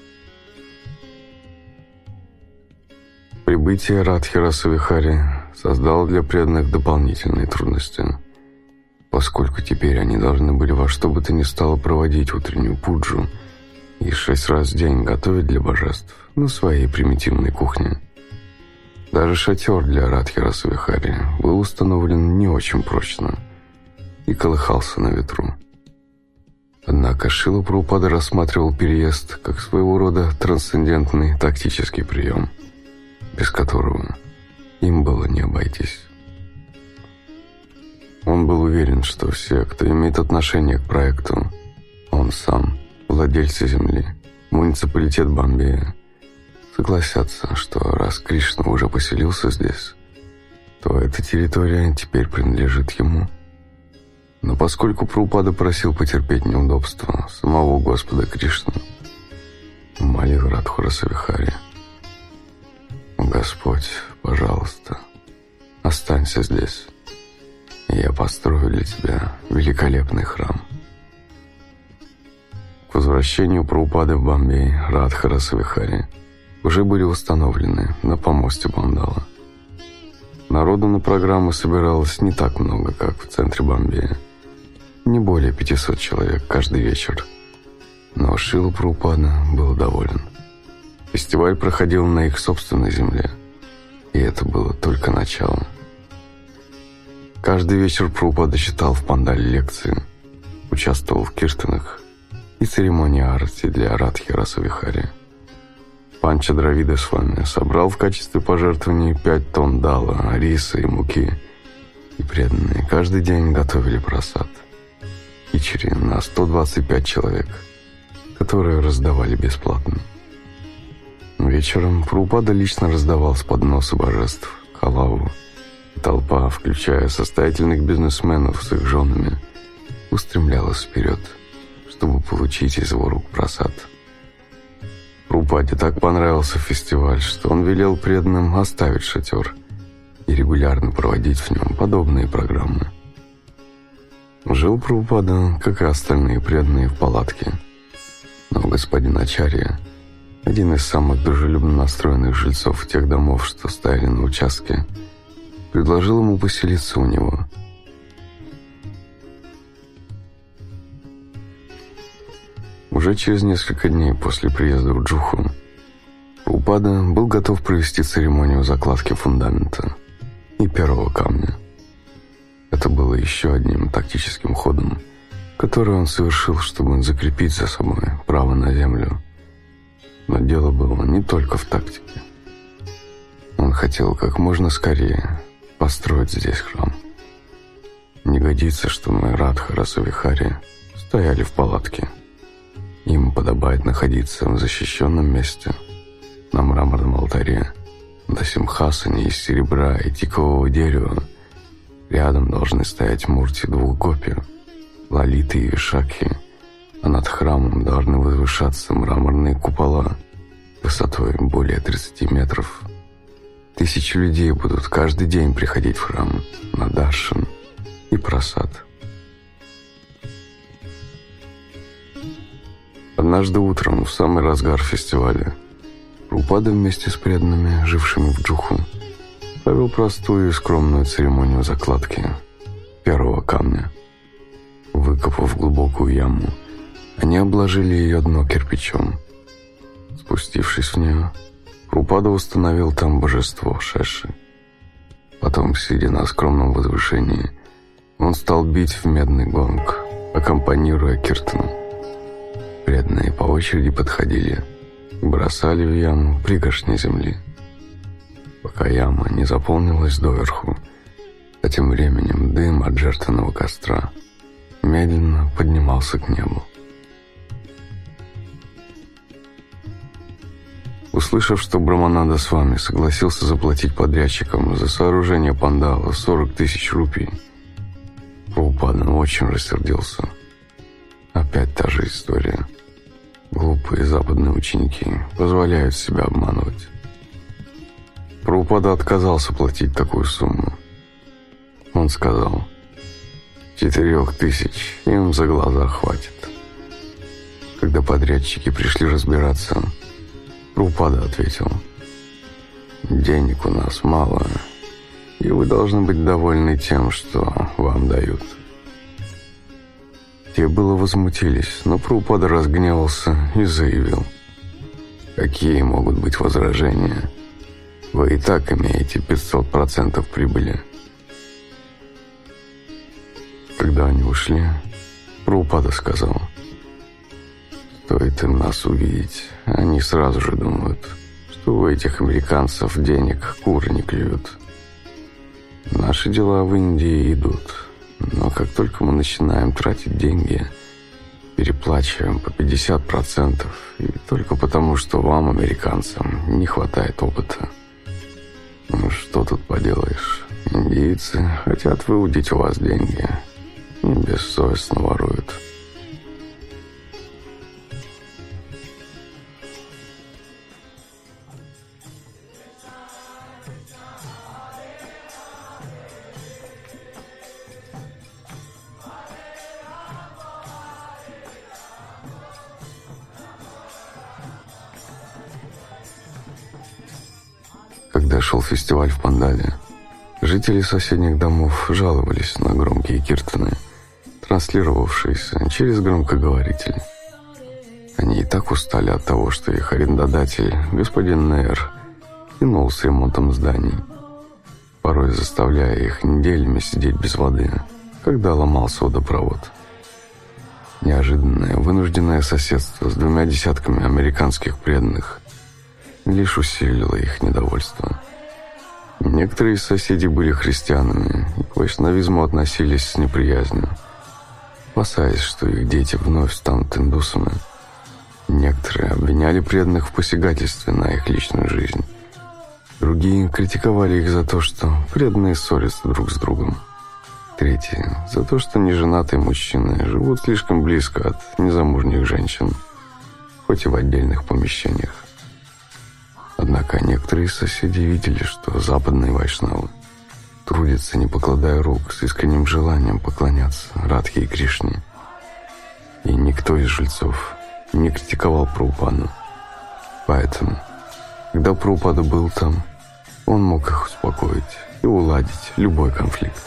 Speaker 2: Прибытие Радхи Раса Вихари создало для преданных дополнительные трудности, поскольку теперь они должны были во что бы то ни стало проводить утреннюю пуджу и 6 раз в день готовить для божеств на своей примитивной кухне. Даже шатер для Радхи Раса Вихари был установлен не очень прочно и колыхался на ветру. Однако Шрила Прабхупада рассматривал переезд как своего рода трансцендентный тактический прием, без которого им было не обойтись. Он был уверен, что все, кто имеет отношение к проекту, он сам, владельцы земли, муниципалитет Бомбея, согласятся, что раз Кришна уже поселился здесь, то эта территория теперь принадлежит ему. Но поскольку Прабхупада просил потерпеть неудобства самого Господа Кришну, молил Радхураса Вихари: «Господь, пожалуйста, останься здесь, и я построю для тебя великолепный храм». К возвращению Прабхупады в Бомбей Радхураса Вихари уже были установлены на помосте Бандала. Народу на программу собиралось не так много, как в центре Бомбея. Не более 500 человек каждый вечер. Но Шрила Прабхупада был доволен. Фестиваль проходил на их собственной земле, и это было только начало. Каждый вечер Прабхупада читал в пандале лекции, участвовал в киртанах и церемонии арати для Радхи Раса Вихари. Панча Дравида Свами собрал в качестве пожертвований 5 тонн дала, риса и муки, и преданные каждый день готовили прасад кичери на 125 человек, которые раздавали бесплатно. Вечером Прабхупада лично раздавал с подноса божеств халаву, и толпа, включая состоятельных бизнесменов с их женами, устремлялась вперед, чтобы получить из его рук прасад. Прабхупаде так понравился фестиваль, что он велел преданным оставить шатер и регулярно проводить в нем подобные программы. Жил Прабхупада, как и остальные преданные, в палатке. Но господин Ачарья, один из самых дружелюбно настроенных жильцов тех домов, что стояли на участке, предложил ему поселиться у него. Уже через несколько дней после приезда в Джуху Прабхупада был готов провести церемонию закладки фундамента и первого камня. Это было еще одним тактическим ходом, который он совершил, чтобы закрепить за собой право на землю. Но дело было не только в тактике. Он хотел как можно скорее построить здесь храм. Не годится, что мы, Радха Раса Вихари, стояли в палатке. Им подобает находиться в защищенном месте, на мраморном алтаре, на симхасане из серебра и тикового дерева. Рядом должны стоять мурти 2 гопи, Лалиты и Вишакхи, а над храмом должны возвышаться мраморные купола высотой более 30 метров. 1000 людей будут каждый день приходить в храм на даршан и прасад. Однажды утром, в самый разгар фестиваля, Прабхупада вместе с преданными, жившими в Джуху, провел простую и скромную церемонию закладки первого камня. Выкопав глубокую яму, они обложили ее дно кирпичом. Спустившись в нее, Прабхупада установил там божество Шеши. Потом, сидя на скромном возвышении, он стал бить в медный гонг, аккомпанируя киртаном. Преданные по очереди подходили и бросали в яму пригоршни земли, пока яма не заполнилась доверху, а тем временем дым от жертвенного костра медленно поднимался к небу. Услышав, что Брамананда Свами согласился заплатить подрядчикам за сооружение пандала 40 000 рупий, Прабхупада очень рассердился. Опять та же история. Глупые западные ученики позволяют себя обманывать. Прабхупада отказался платить такую сумму. Он сказал: 4000 им за глаза хватит. Когда подрядчики пришли разбираться, Прабхупада ответил: денег у нас мало, и вы должны быть довольны тем, что вам дают. Те было возмутились, но Прабхупада разгневался и заявил: какие могут быть возражения? Вы и так имеете 500% прибыли. Когда они ушли, Прабхупада сказал: Стоит им нас увидеть, они сразу же думают, что у этих американцев денег куры не клюют. Наши дела в Индии идут, но как только мы начинаем тратить деньги, переплачиваем по 50%, и только потому, что вам, американцам, не хватает опыта. Ну, что тут поделаешь? Индийцы хотят выудить у вас деньги и бессовестно воруют. Когда шел фестиваль в Пандале, жители соседних домов жаловались на громкие киртаны, транслировавшиеся через громкоговоритель. Они и так устали от того, что их арендодатель, господин Нейр, тянул с ремонтом зданий, порой заставляя их неделями сидеть без воды, когда ломался водопровод. Неожиданное вынужденное соседство с 2 десятками американских преданных лишь усилило их недовольство. Некоторые из соседей были христианами и к вайшнавизму относились с неприязнью, опасаясь, что их дети вновь станут индусами. Некоторые обвиняли преданных в посягательстве на их личную жизнь. Другие критиковали их за то, что преданные ссорятся друг с другом. Третьи – за то, что неженатые мужчины живут слишком близко от незамужних женщин, хоть и в отдельных помещениях. Однако некоторые из соседей видели, что западные вайшнавы трудятся, не покладая рук, с искренним желанием поклоняться Радхе и Кришне. И никто из жильцов не критиковал Прабхупаду. Поэтому, когда Прабхупада был там, он мог их успокоить и уладить любой конфликт.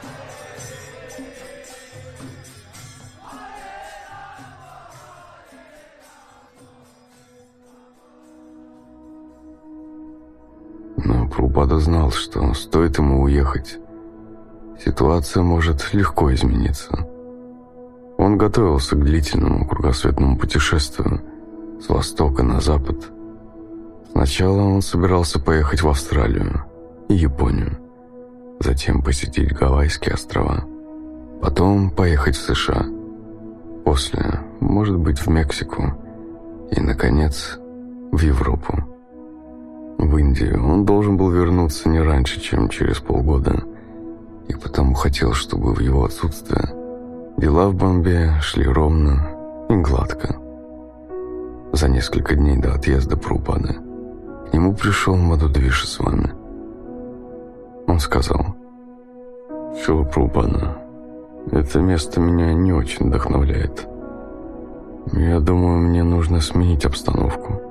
Speaker 2: Но Прабхупада знал, что стоит ему уехать, ситуация может легко измениться. Он готовился к длительному кругосветному путешествию с востока на запад. Сначала он собирался поехать в Австралию и Японию, затем посетить Гавайские острова, потом поехать в США, после, может быть, в Мексику и, наконец, в Европу. В Индию он должен был вернуться не раньше, чем через полгода, и потому хотел, чтобы в его отсутствие дела в Бомбее шли ровно и гладко. За несколько дней до отъезда Прабхупады к нему пришел Мадхудвиша Свами. Он сказал: «Шрила Прабхупада, это место меня не очень вдохновляет. Я думаю, мне нужно сменить обстановку».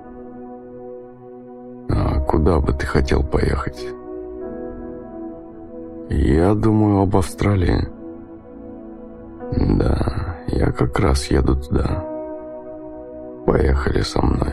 Speaker 2: «А куда бы ты хотел поехать?» «Я думаю об Австралии». «Да, я как раз еду туда. Поехали со мной».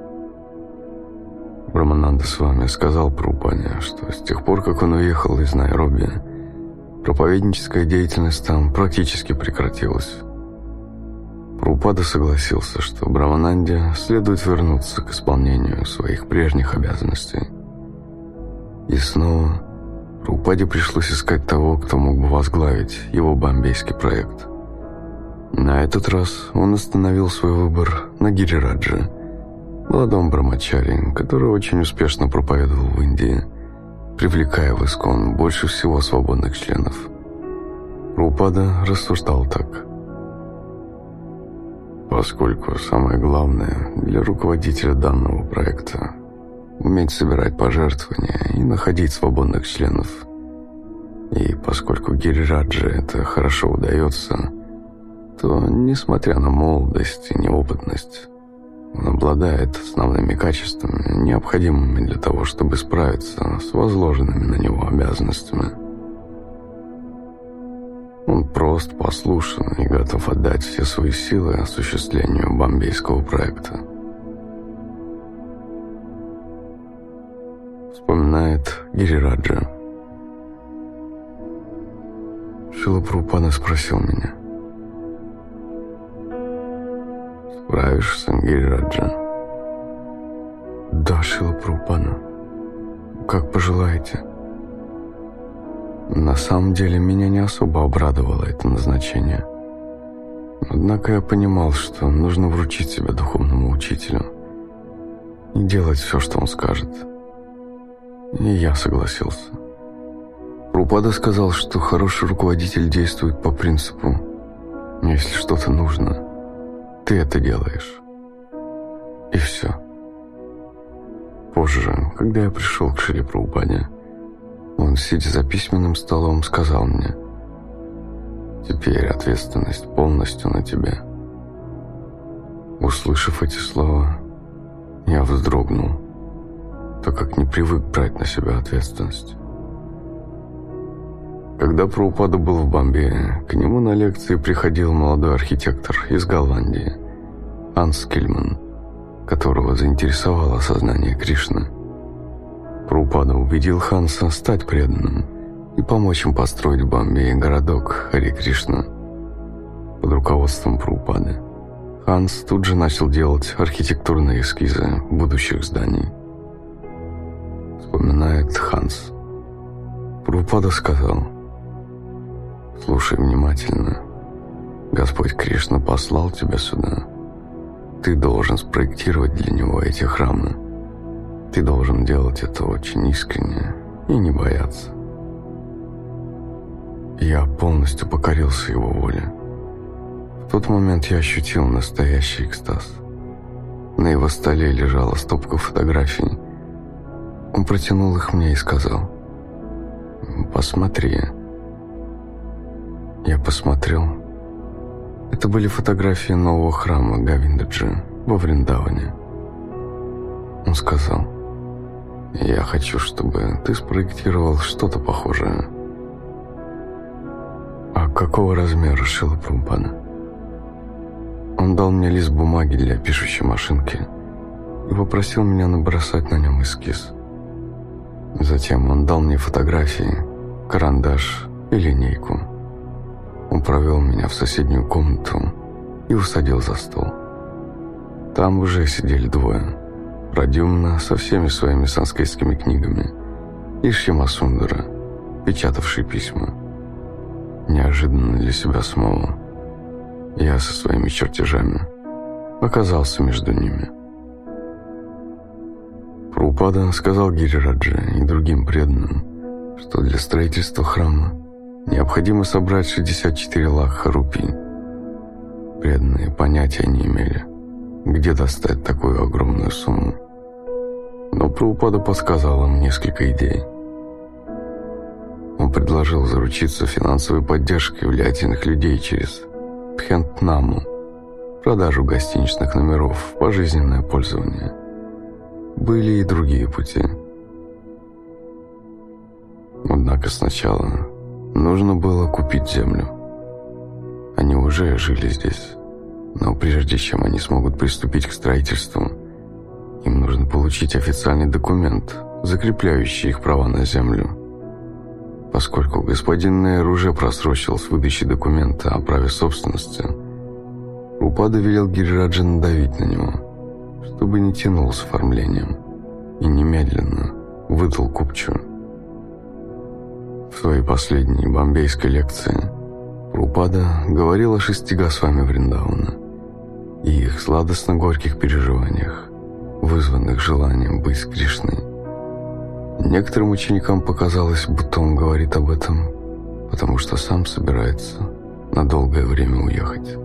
Speaker 2: Брамананда Свами сказал Прабхупаде, что с тех пор, как он уехал из Найроби, проповедническая деятельность там практически прекратилась. Прабхупада согласился, что Брамананде следует вернуться к исполнению своих прежних обязанностей. И снова Прабхупаде пришлось искать того, кто мог бы возглавить его бомбейский проект. На этот раз он остановил свой выбор на Гирираджа, молодом брамачари, который очень успешно проповедовал в Индии, привлекая в Искон больше всего свободных членов. Прабхупада рассуждал так: поскольку самое главное для руководителя данного проекта – уметь собирать пожертвования и находить свободных членов, и поскольку Гирираджа это хорошо удается, то, несмотря на молодость и неопытность, он обладает основными качествами, необходимыми для того, чтобы справиться с возложенными на него обязанностями. Он прост, послушен и готов отдать все свои силы осуществлению бомбейского проекта. Вспоминает Гирираджа. Шрила Прабхупада спросил меня: Справишься, Гирираджа? Да, Шрила Прабхупада. Как пожелаете. На самом деле меня не особо обрадовало это назначение. Однако я понимал, что нужно вручить себя духовному учителю и делать все, что он скажет. И я согласился. Прабхупада сказал, что хороший руководитель действует по принципу: если что-то нужно, ты это делаешь. И все. Позже, когда я пришел к Шриле Прабхупаде, он, сидя за письменным столом, сказал мне: «Теперь ответственность полностью на тебе». Услышав эти слова, я вздрогнул, так как не привык брать на себя ответственность. Когда Прабхупада был в Бомбее, к нему на лекции приходил молодой архитектор из Голландии, Ханс Кильман, которого заинтересовало сознание Кришны. Прабхупада убедил Ханса стать преданным и помочь им построить в Бомбее городок Харе Кришна. Под руководством Прабхупады Ханс тут же начал делать архитектурные эскизы будущих зданий. Вспоминает Ханс. Прабхупада сказал: «Слушай внимательно. Господь Кришна послал тебя сюда. Ты должен спроектировать для него эти храмы. Ты должен делать это очень искренне и не бояться». Я полностью покорился его воле. В тот момент я ощутил настоящий экстаз. На его столе лежала стопка фотографий. Он протянул их мне и сказал: «Посмотри». Я посмотрел. Это были фотографии нового храма Говиндаджи во Вриндаване. Он сказал: «Я хочу, чтобы ты спроектировал что-то похожее». «А какого размера, Шрила Прабхупада?» Он дал мне лист бумаги для пишущей машинки и попросил меня набросать на нем эскиз. Затем он дал мне фотографии, карандаш и линейку. Он провел меня в соседнюю комнату и усадил за стол. Там уже сидели двое: Прадюмна со всеми своими санскритскими книгами и Шьямасундара, печатавший письма. Неожиданно для себя самого я со своими чертежами оказался между ними. Прабхупада сказал Гирираджа и другим преданным, что для строительства храма необходимо собрать 64 лакха рупий. Преданные понятия не имели, где достать такую огромную сумму. Но Прабхупада подсказал им несколько идей. Он предложил заручиться финансовой поддержкой влиятельных людей через Пхентнаму, продажу гостиничных номеров в пожизненное пользование. Были и другие пути. Однако сначала нужно было купить землю. Они уже жили здесь, но прежде чем они смогут приступить к строительству, им нужно получить официальный документ, закрепляющий их права на землю. Поскольку господин Нейр уже просрочил с выдачей документа о праве собственности, Прабхупада велел Гирираджа надавить на него, чтобы не тянул с оформлением, и немедленно выдал купчу. В своей последней бомбейской лекции Прабхупада говорил о 6 госвами Вриндавана и их сладостно-горьких переживаниях, вызванных желанием быть с Кришной. Некоторым ученикам показалось, будто он говорит об этом, потому что сам собирается на долгое время уехать.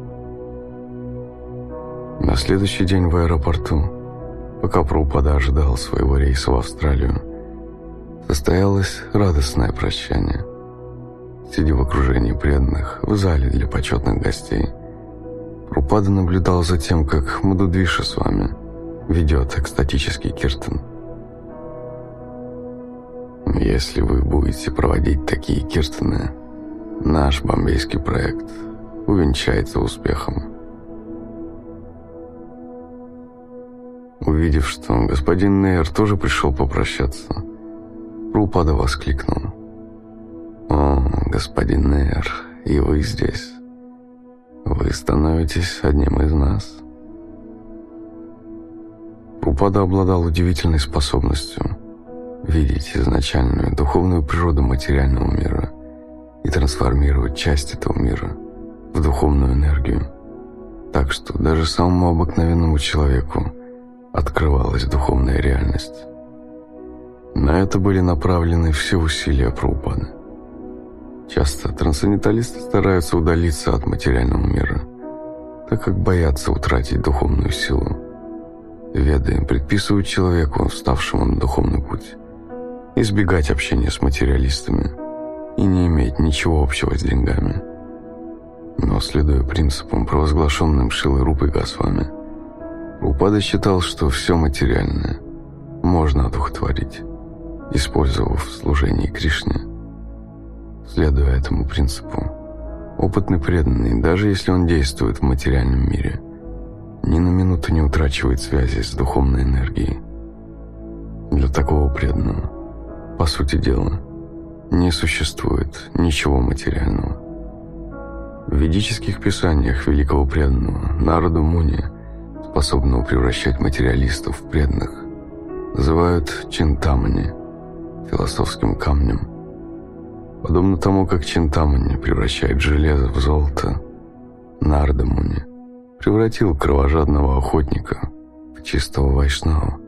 Speaker 2: На следующий день в аэропорту, пока Прабхупада ожидал своего рейса в Австралию, состоялось радостное прощание. Сидя в окружении преданных в зале для почетных гостей, Прабхупада наблюдал за тем, как Мадудвиша с вами ведет экстатический киртан. Если вы будете проводить такие киртаны, наш бомбейский проект увенчается успехом. Увидев, что господин Нейр тоже пришел попрощаться, Прабхупада воскликнул: «О, господин Нейр, и вы здесь. Вы становитесь одним из нас. Прабхупада обладал удивительной способностью видеть изначальную духовную природу материального мира и трансформировать часть этого мира в духовную энергию, так что даже самому обыкновенному человеку открывалась духовная реальность. На это были направлены все усилия Прабхупады. Часто трансценденталисты стараются удалиться от материального мира, так как боятся утратить духовную силу. Веды предписывают человеку, вставшему на духовный путь, избегать общения с материалистами и не иметь ничего общего с деньгами. Но, следуя принципам, провозглашенным Шрилой Рупой Госвами, Прабхупада считал, что все материальное можно одухотворить, использовав в служении Кришне. Следуя этому принципу, опытный преданный, даже если он действует в материальном мире, ни на минуту не утрачивает связи с духовной энергией. Для такого преданного, по сути дела, не существует ничего материального. В ведических писаниях великого преданного Нарада Муни, способного превращать материалистов в преданных, называют чинтамани, философским камнем. Подобно тому, как чинтамани превращает железо в золото, Нарада Муни превратил кровожадного охотника в чистого вайшнава.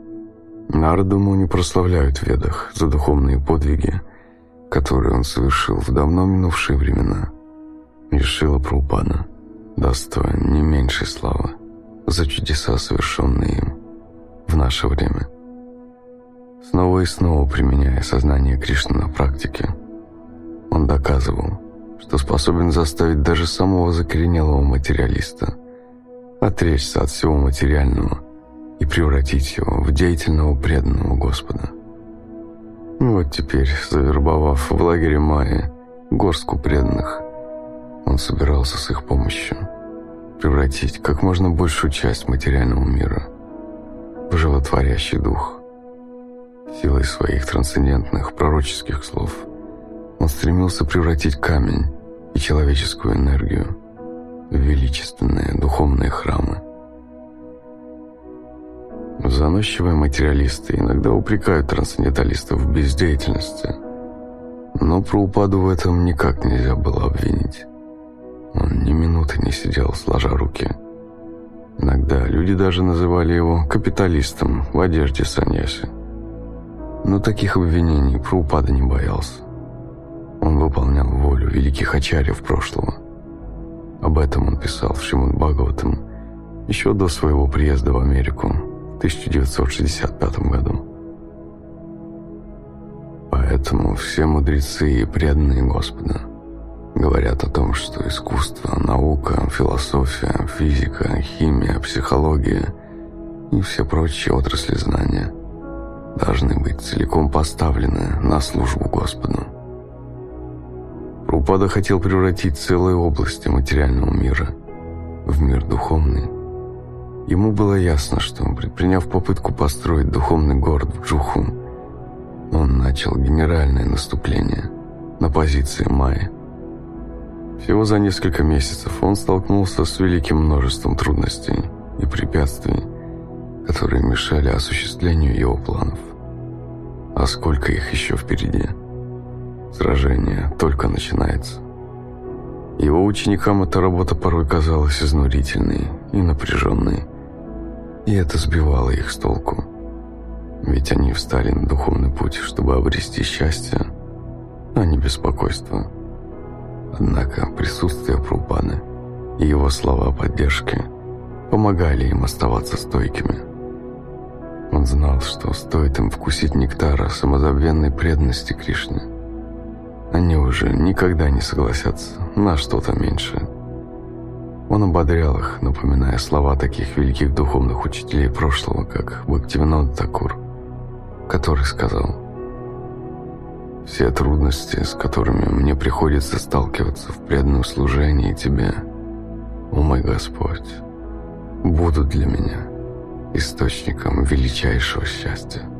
Speaker 2: Нараду Муни прославляют в Ведах за духовные подвиги, которые он совершил в давно минувшие времена. И Шрила Прабхупада достоин не меньшей славы за чудеса, совершенные им в наше время. Снова и снова применяя сознание Кришны на практике, он доказывал, что способен заставить даже самого закоренелого материалиста отречься от всего материального и превратить его в деятельного преданного Господа. И вот теперь, завербовав в лагере Майи горстку преданных, он собирался с их помощью превратить как можно большую часть материального мира в животворящий дух. Силой своих трансцендентных пророческих слов он стремился превратить камень и человеческую энергию в величественные духовные храмы. Заносчивые материалисты иногда упрекают трансценденталистов в бездеятельности, но Прабхупаду в этом никак нельзя было обвинить. Он ни минуты не сидел, сложа руки. Иногда люди даже называли его капиталистом в одежде саньяси. Но таких обвинений Прабхупада не боялся. Он выполнял волю великих ачарьев прошлого. Об этом он писал в Шримад Бхагаватам еще до своего приезда в Америку в 1965 году. Поэтому все мудрецы и преданные Господа говорят о том, что искусство, наука, философия, физика, химия, психология и все прочие отрасли знания должны быть целиком поставлены на службу Господу. Прабхупада хотел превратить целые области материального мира в мир духовный. Ему было ясно, что, предприняв попытку построить духовный город в Джуху, он начал генеральное наступление на позиции Майи. Всего за несколько месяцев он столкнулся с великим множеством трудностей и препятствий, которые мешали осуществлению его планов. А сколько их еще впереди? Сражение только начинается. Его ученикам эта работа порой казалась изнурительной и напряженной, и это сбивало их с толку. Ведь они встали на духовный путь, чтобы обрести счастье, а не беспокойство. Однако присутствие Прабхупады и его слова поддержки помогали им оставаться стойкими. Он знал, что стоит им вкусить нектара самозабвенной преданности Кришне, они уже никогда не согласятся на что-то меньшее. Он ободрял их, напоминая слова таких великих духовных учителей прошлого, как Бхактивинода Такур, который сказал: «Все трудности, с которыми мне приходится сталкиваться в преданном служении Тебе, о мой Господь, будут для меня источником величайшего счастья».